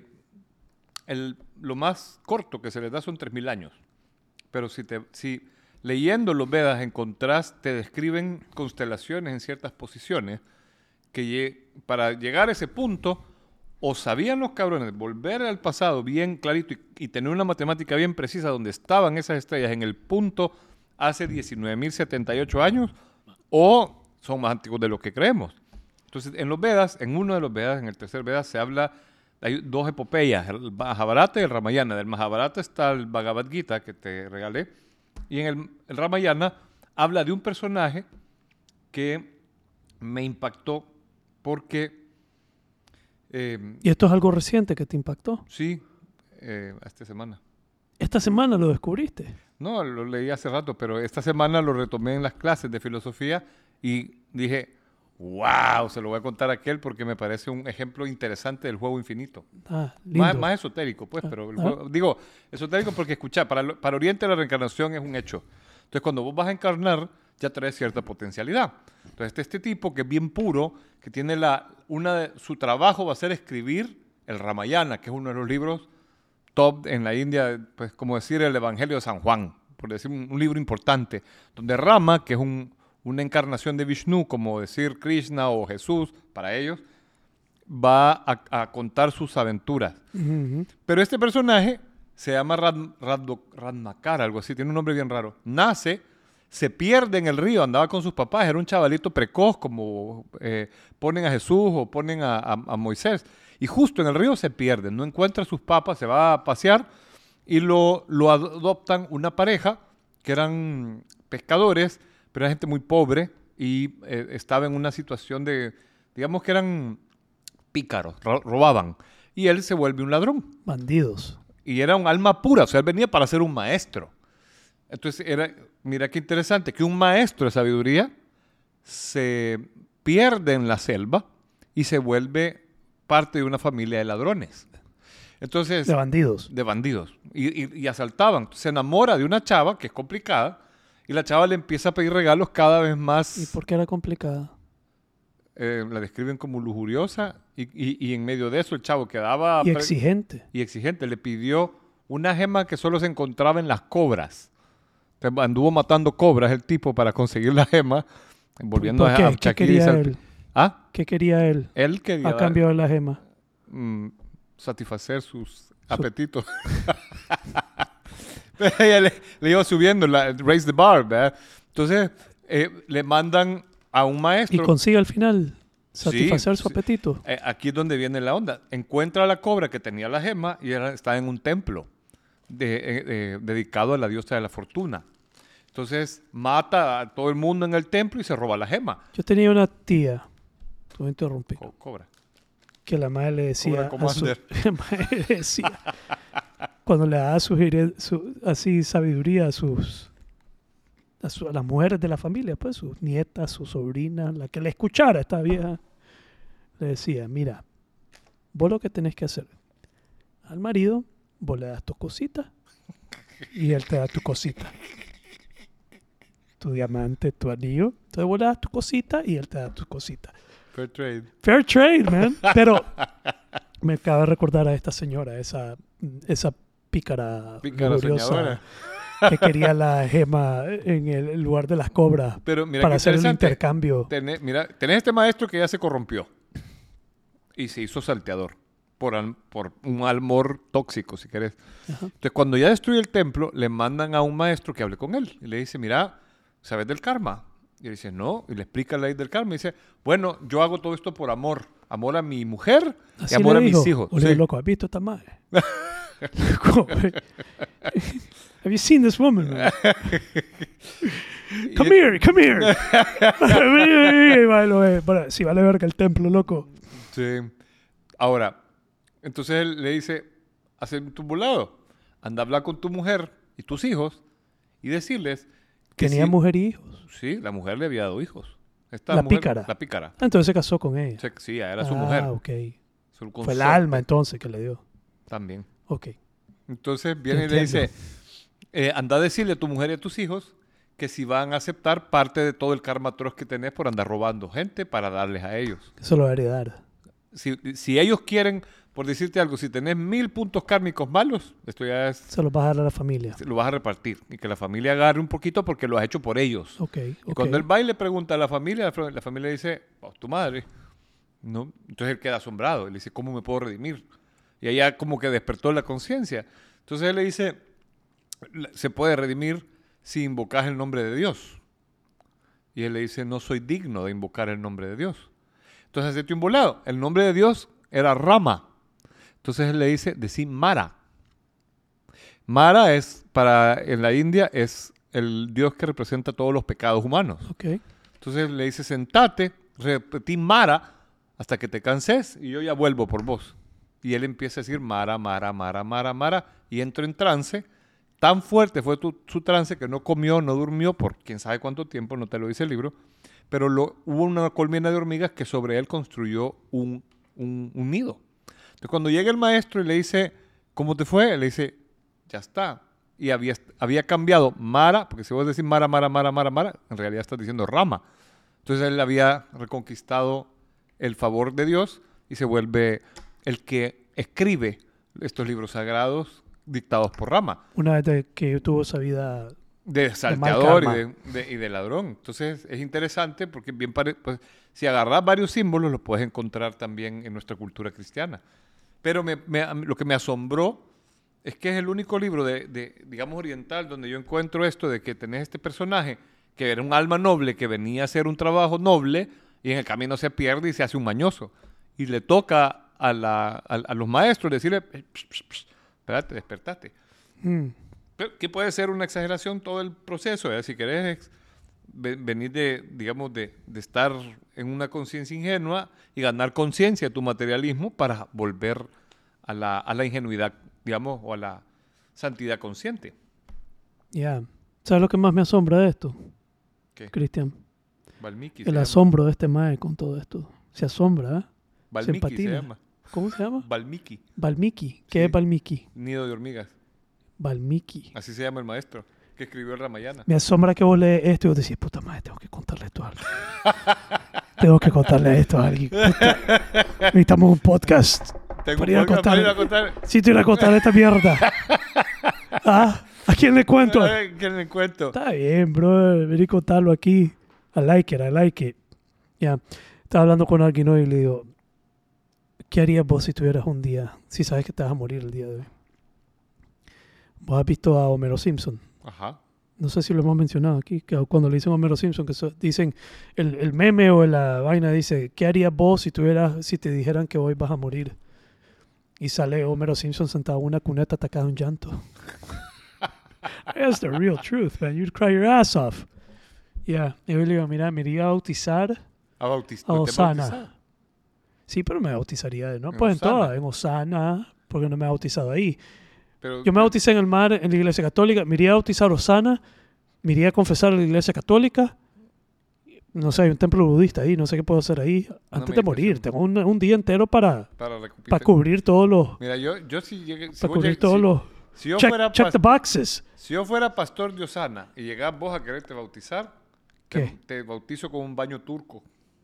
lo más corto que se les da son 3.000 años. Pero si leyendo los Vedas te describen constelaciones en ciertas posiciones que para llegar a ese punto o sabían los cabrones volver al pasado bien clarito y tener una matemática bien precisa donde estaban esas estrellas en el punto hace 19.078 años o son más antiguos de lo que creemos. Entonces, en los Vedas, en uno de los Vedas, en el tercer Veda, se habla, hay 2 epopeyas, el Mahabharata y el Ramayana. Del Mahabharata está el Bhagavad Gita, que te regalé, y en el Ramayana habla de un personaje que me impactó porque, ¿Y esto es algo reciente que te impactó? sí, esta semana. ¿Esta semana lo descubriste? No, lo leí hace rato, pero esta semana lo retomé en las clases de filosofía y dije, wow, se lo voy a contar a aquel porque me parece un ejemplo interesante del juego infinito. Ah, lindo. Más esotérico, pues, pero digo, esotérico porque, escucha, para Oriente la reencarnación es un hecho. Entonces, cuando vos vas a encarnar, ya traes cierta potencialidad. Entonces, este tipo que es bien puro, que tiene su trabajo va a ser escribir el Ramayana, que es uno de los libros top en la India, pues como decir el Evangelio de San Juan, por decir un libro importante, donde Rama, que es una encarnación de Vishnu, como decir Krishna o Jesús para ellos, va a contar sus aventuras. Ujú. Pero este personaje se llama Radmakar, algo así, tiene un nombre bien raro. Nace, se pierde en el río, andaba con sus papás, era un chavalito precoz, como ponen a Jesús o ponen a Moisés. Y justo en el río se pierde, no encuentra a sus papás, se va a pasear y lo adoptan una pareja que eran pescadores, pero era gente muy pobre y estaba en una situación de, digamos que eran pícaros, robaban. Y él se vuelve un ladrón. Bandidos. Y era un alma pura, o sea, él venía para ser un maestro. Entonces, mira qué interesante, que un maestro de sabiduría se pierde en la selva y se vuelve parte de una familia de ladrones. Entonces, De bandidos. de bandidos. Y asaltaban. Se enamora de una chava que es complicada y la chava le empieza a pedir regalos cada vez más. ¿Y por qué era complicada? La describen como lujuriosa y en medio de eso el chavo quedaba... Y exigente. Y exigente. Le pidió una gema que solo se encontraba en las cobras. Entonces, anduvo matando cobras el tipo para conseguir la gema, volviendo ¿Por qué? a ¿Qué Shaquille quería O'Neal. él? ¿Ah? ¿Qué quería él Él quería a cambio de la gema? satisfacer sus apetitos. Ella le iba subiendo, raise the bar, ¿verdad? Entonces, le mandan a un Y maestro. consigue al final satisfacer Sí, su apetito. Aquí es donde viene la onda. Encuentra a la cobra que tenía la gema y está en un templo dedicado a la diosa de la fortuna. Entonces, mata a todo el mundo en el templo y se roba la gema. Yo tenía una tía, tú me interrumpí, Cobra. que la madre le decía, Cobra Commander. la madre le decía cuando le daba así sabiduría a las mujeres de la familia, pues sus nietas, sus sobrinas, la que le escuchara esta vieja, le decía, mira, vos lo que tenés que hacer, al marido, vos le das tus cositas y él te da tu cosita. Tu diamante, tu anillo, entonces vos le das tu cosita y él te da tus cositas. Fair trade. Fair trade, man. Pero me acaba de recordar a esta señora, esa pícara lujuriosa soñadora. que quería la gema en el lugar de las cobras Pero mira para qué hacer el interesante. intercambio. Tenés este maestro que ya se corrompió y se hizo salteador por un amor tóxico, si querés. Ajá. Entonces, cuando ya destruye el templo, le mandan a un maestro que hable con él. Y le dice, mira, ¿sabes del karma? Y él dice, no. Y le explica la ley del karma. Y dice, bueno, yo hago todo esto por amor. Amor a mi mujer y Así amor le a dijo. mis hijos. O le Sí. digo, loco, ¿has visto esta madre? Have you seen this woman, man? Come here, come here. Si vale verga el templo, loco. Sí. Ahora, entonces él le dice, haz tu volado. Anda a hablar con tu mujer y tus hijos y decirles que Tenía sí, mujer y hijos. sí, la mujer le había dado hijos. Esta La mujer, pícara. La pícara. Ah, entonces se casó con ella. Sí, era su mujer. Ok. Su Fue el consorte alma entonces que le dio. también. Ok. Entonces viene y le Entiendo. dice, anda a decirle a tu mujer y a tus hijos que si van a aceptar parte de todo el karma atroz que tenés por andar robando gente para darles a ellos. Eso lo va a heredar. Si ellos quieren, por decirte algo, si tenés 1000 puntos kármicos malos, esto ya es, Se lo va a dar a la familia. lo vas a repartir. Y que la familia agarre un poquito porque lo has hecho por ellos. Ok, Y ok. cuando él va y le pregunta a la familia dice, oh, tu madre. ¿No? Entonces él queda asombrado. Él dice, ¿cómo me puedo redimir? Y allá como que despertó la conciencia. Entonces él le dice, se puede redimir si invocas el nombre de Dios. Y él le dice, no soy digno de invocar el nombre de Dios. Entonces hacete un volado. El nombre de Dios era Rama. Entonces él le dice, decí Mara. Mara en la India es el Dios que representa todos los pecados humanos. Ok. Entonces le dice, sentate, repetí Mara hasta que te canses y yo ya vuelvo por vos. Y él empieza a decir Mara, Mara, Mara, Mara, Mara, y entró en trance. Tan fuerte fue su trance que no comió, no durmió por quién sabe cuánto tiempo, no te lo dice el libro, pero hubo una colmena de hormigas que sobre él construyó un nido. Entonces cuando llega el maestro y le dice, ¿cómo te fue? Él le dice, ya está. Y había cambiado Mara, porque si vos decís Mara, Mara, Mara, Mara, Mara, en realidad estás diciendo Rama. Entonces él había reconquistado el favor de Dios y se vuelve el que escribe estos libros sagrados dictados por Rama. Una vez que tuvo esa vida. De salteador karma. y de ladrón. Entonces es interesante porque pues, si agarras varios símbolos los puedes encontrar también en nuestra cultura cristiana. Pero lo que me asombró es que es el único libro digamos, oriental donde yo encuentro esto de que tenés este personaje que era un alma noble que venía a hacer un trabajo noble y en el camino se pierde y se hace un mañoso. Y le toca a los maestros decirle, espérate, despertate. Que puede ser una exageración todo el proceso. Si querés venir digamos, de estar en una conciencia ingenua y ganar conciencia de tu materialismo para volver a la ingenuidad, digamos, o a la santidad consciente. Ya. ¿Sabes lo que más me asombra de esto, ¿Qué? Cristian? Valmiki El asombro de este mae con todo esto. Se asombra, ¿eh? Valmiki se empatina. llama. ¿Cómo se llama? Valmiki. Valmiki. ¿Qué Sí. es Valmiki? Nido de hormigas. Valmiki. Así se llama el maestro que escribió el Ramayana. Me asombra que vos lees esto y vos decís, puta madre, tengo que contarle esto a alguien. Tengo que contarle esto a alguien. Puta. Necesitamos un podcast. Tengo para ir a un podcast para ir a contar. contar. Sí, te voy a contar esta mierda. ¿Ah? ¿A quién le cuento? ¿Qué le cuento? Está bien, bro. Vení a contarlo aquí. I like it. Ya. Estaba hablando con alguien hoy y le digo, ¿qué harías vos si tuvieras un día, si sabes que te vas a morir el día de hoy? ¿Vos has visto a Homero Simpson? Ajá. No sé si lo hemos mencionado aquí, que cuando le dicen a Homero Simpson, que dicen, el meme o la vaina dice, ¿qué harías vos si te dijeran que hoy vas a morir? Y sale Homero Simpson sentado en una cuneta atacado en llanto. That's the real truth, man. You'd cry your ass off. Yeah. Y yo le digo, mira, me iría a bautizar A a bautizar. Osana. Sí, pero me bautizaría, ¿no? En Pues en Osana. todas, en Osana, porque no me he bautizado ahí. Pero, Yo me bauticé en el mar, en la iglesia católica. Me iría a bautizar a Osana. Me iría a confesar a la iglesia católica. No sé, hay un templo budista ahí. No sé qué puedo hacer ahí antes de morir. Tengo un día entero para cubrir todos los... Mira, yo si llegué... Para cubrir todos los... Si yo, Check the boxes. si yo fuera pastor de Osana y llegás vos a quererte bautizar, ¿Qué? te bautizo con un baño turco.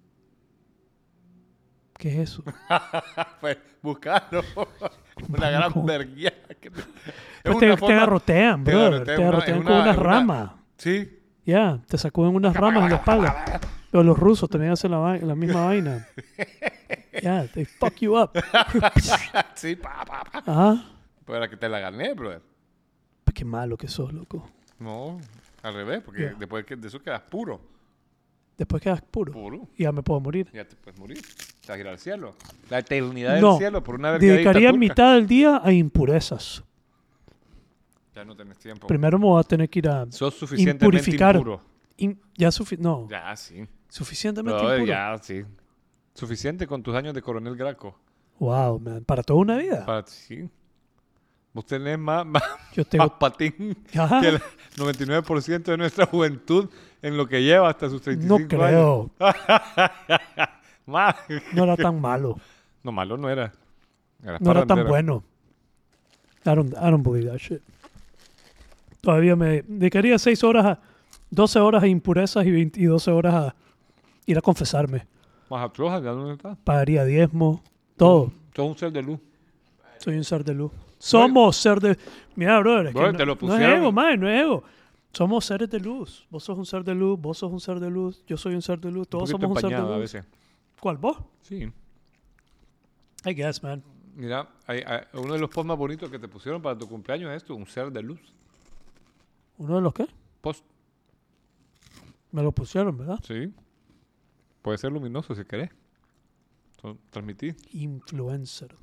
¿Qué es eso? Pues buscarlo. Una gran ¿Cómo? verguía. Pues te garrotean, brother. Te garrotean con unas ramas. Sí. Ya, te sacuden unas ramas en la espalda. Pero los rusos también hacen la misma vaina. Ya, they fuck you up. Sí, Ajá. Para que te la gané, brother. Pues qué malo que sos, loco. No, al revés, porque Ya. después de eso quedas puro. Después quedas puro. Puro. Y ya me puedo morir. Ya te puedes morir. Te vas a ir al cielo. La eternidad No. del cielo por una vergadita Dedicaría turca. mitad del día a impurezas. Ya no tenés tiempo. Primero me voy a tener que ir a Sos suficientemente impurificar. impuro. No, Ya, sí. suficientemente Brother, impuro. ya, sí. Suficiente con tus años de coronel Graco. Wow, man. Para toda una vida. Sí. Vos tenés más Yo tengo... patín Ajá. que el 99% de nuestra juventud en lo que lleva hasta sus 35 No creo. años. Más. No era tan malo. No, malo no era. No era tan parrandero. bueno. I don't believe that shit. Todavía me dedicaría 12 horas a impurezas y 12 horas a ir a confesarme. Más atroz, ¿ya dónde está? Pagaría diezmo, todo. Sos un ser de luz. Soy un ser de luz. Somos ser de... Mira, brother, es que Brother, no, te lo no es pusieron. ego, man, no es ego. Somos seres de luz. Vos sos un ser de luz, vos sos un ser de luz, yo soy un ser de luz, todos Un poquito somos un ser de empañada a luz. veces. ¿Cuál, vos? Sí. I guess, man. Mira, hay uno de los posts más bonitos que te pusieron para tu cumpleaños es esto, un ser de luz. ¿Uno de los qué? Post. Me lo pusieron, ¿verdad? Sí. Puede ser luminoso si querés. Transmití. Influencer.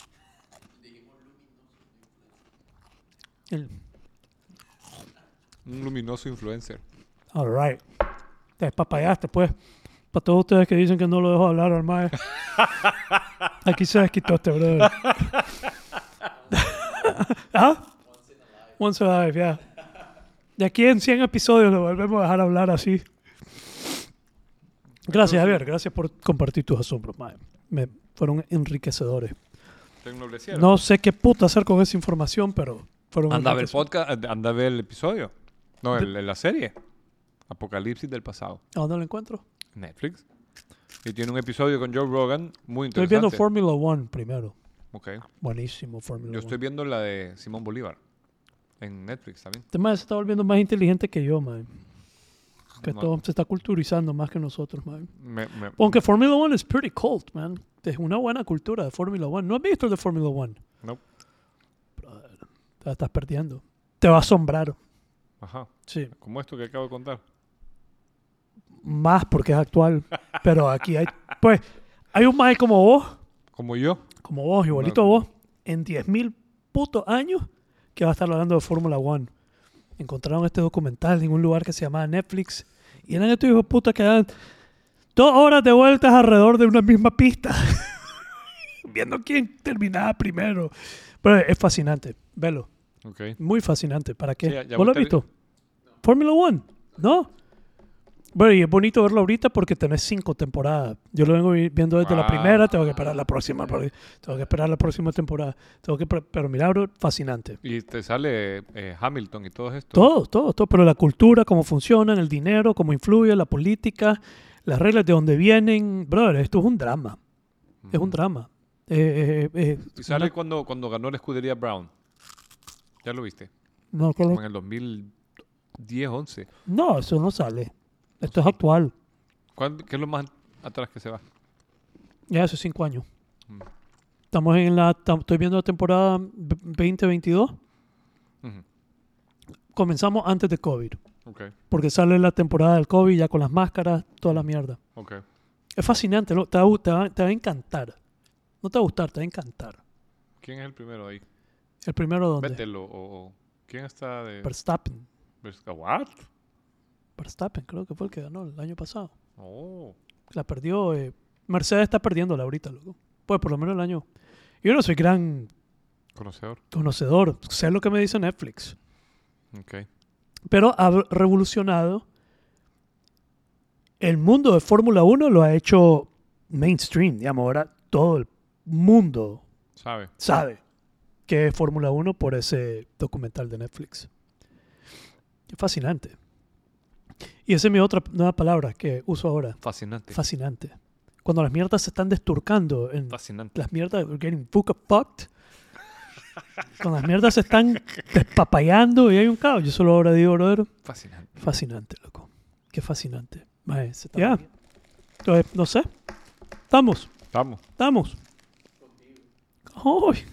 Un luminoso influencer. All right. Te despapallaste, pues. Para todos ustedes que dicen que no lo dejo hablar al mae. Aquí se desquitó este brother. ¿Ah? Once in a life, ya. De aquí en 100 episodios lo volvemos a dejar hablar así. Gracias, Javier. Gracias por compartir tus asombros, mae. Me fueron enriquecedores. Te ennoblecieron. No sé qué puta hacer con esa información, pero fueron Anda a ver el enriquecedores. podcast, anda a ver el episodio. No, la serie. Apocalipsis del pasado. ¿A dónde lo encuentro? Netflix. Y tiene un episodio con Joe Rogan muy Estoy interesante. viendo Formula One primero. Ok. Buenísimo, Formula Yo One. estoy viendo la de Simón Bolívar. En Netflix también. Este mae se está volviendo más inteligente que yo, man. Que No. todo se está culturizando más que nosotros, man. Me- Aunque Formula One es pretty cult, man. Es una buena cultura de Formula One. ¿No has visto de Formula One? no. Te la estás perdiendo. Te va a asombrar. Ajá. Sí. Como esto que acabo de contar. Más porque es actual. Pero aquí hay... Pues, hay un mae como vos, Como yo. igualito a vos, en 10,000 putos años, que va a estar hablando de Fórmula 1. Encontraron este documental en un lugar que se llamaba Netflix. Y eran estos hijos de puta que dan 2 horas de vueltas alrededor de una misma pista. Viendo quién terminaba primero. Pero es fascinante. Velo. Ok. Muy fascinante. ¿Para qué? Sí, ya ¿Vos lo has vos visto? Fórmula 1. ¿No? Bueno, y es bonito verlo ahorita porque tenés 5 temporadas. Yo lo vengo viendo desde la Wow. primera. Tengo que esperar la próxima. Tengo que esperar la próxima temporada. Pero mira, bro, fascinante. Y te sale Hamilton y todo esto. Todo. Pero la cultura, cómo funcionan, el dinero, cómo influye, la política, las reglas de dónde vienen. Brother, esto es un drama. Es un drama. Y sale cuando ganó la escudería Brown. ¿Ya lo viste? No, Como en el 2010-11. no, eso no sale. Esto es actual. ¿Qué es lo más atrás que se va? Ya hace 5 años. Mm. Estoy viendo la temporada 2022. Ujú. Comenzamos antes de COVID. Ok, Porque sale la temporada del COVID ya con las máscaras, toda la mierda. ok. Es fascinante, ¿no? Te va a encantar. No te va a gustar, te va a encantar. ¿Quién es el primero ahí? El primero, ¿dónde? Vettel o ¿quién está de...? Verstappen. ¿What? Verstappen creo que fue el que ganó el año pasado. Oh. La perdió. Mercedes está perdiéndola ahorita, loco. Pues por lo menos el año. Yo no soy gran Conocedor. conocedor. Sé lo que me dice Netflix. Ok. Pero ha revolucionado el mundo de Fórmula 1, lo ha hecho mainstream. Digamos, ahora todo el mundo ¿Sabe? sabe que es Fórmula 1 por ese documental de Netflix. Es fascinante. Y esa es mi otra nueva palabra que uso ahora. Fascinante. Fascinante. Cuando las mierdas se están desturcando, Fascinante. las mierdas are getting fucked. Cuando las mierdas se están despapayando y hay un caos. Yo solo ahora digo, brother, Fascinante. fascinante, loco. Qué fascinante. Ya. Entonces, no sé. Estamos. Vamos. Ay.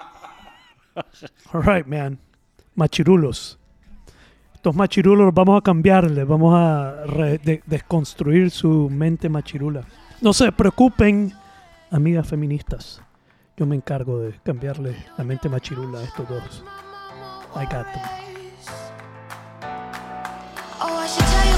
All right, man. Machirulos. Estos machirulos los vamos a cambiarle. Vamos a desconstruir su mente machirula. No se preocupen, amigas feministas. Yo me encargo de cambiarle la mente machirula a estos dos. I got them. Oh, I should tell you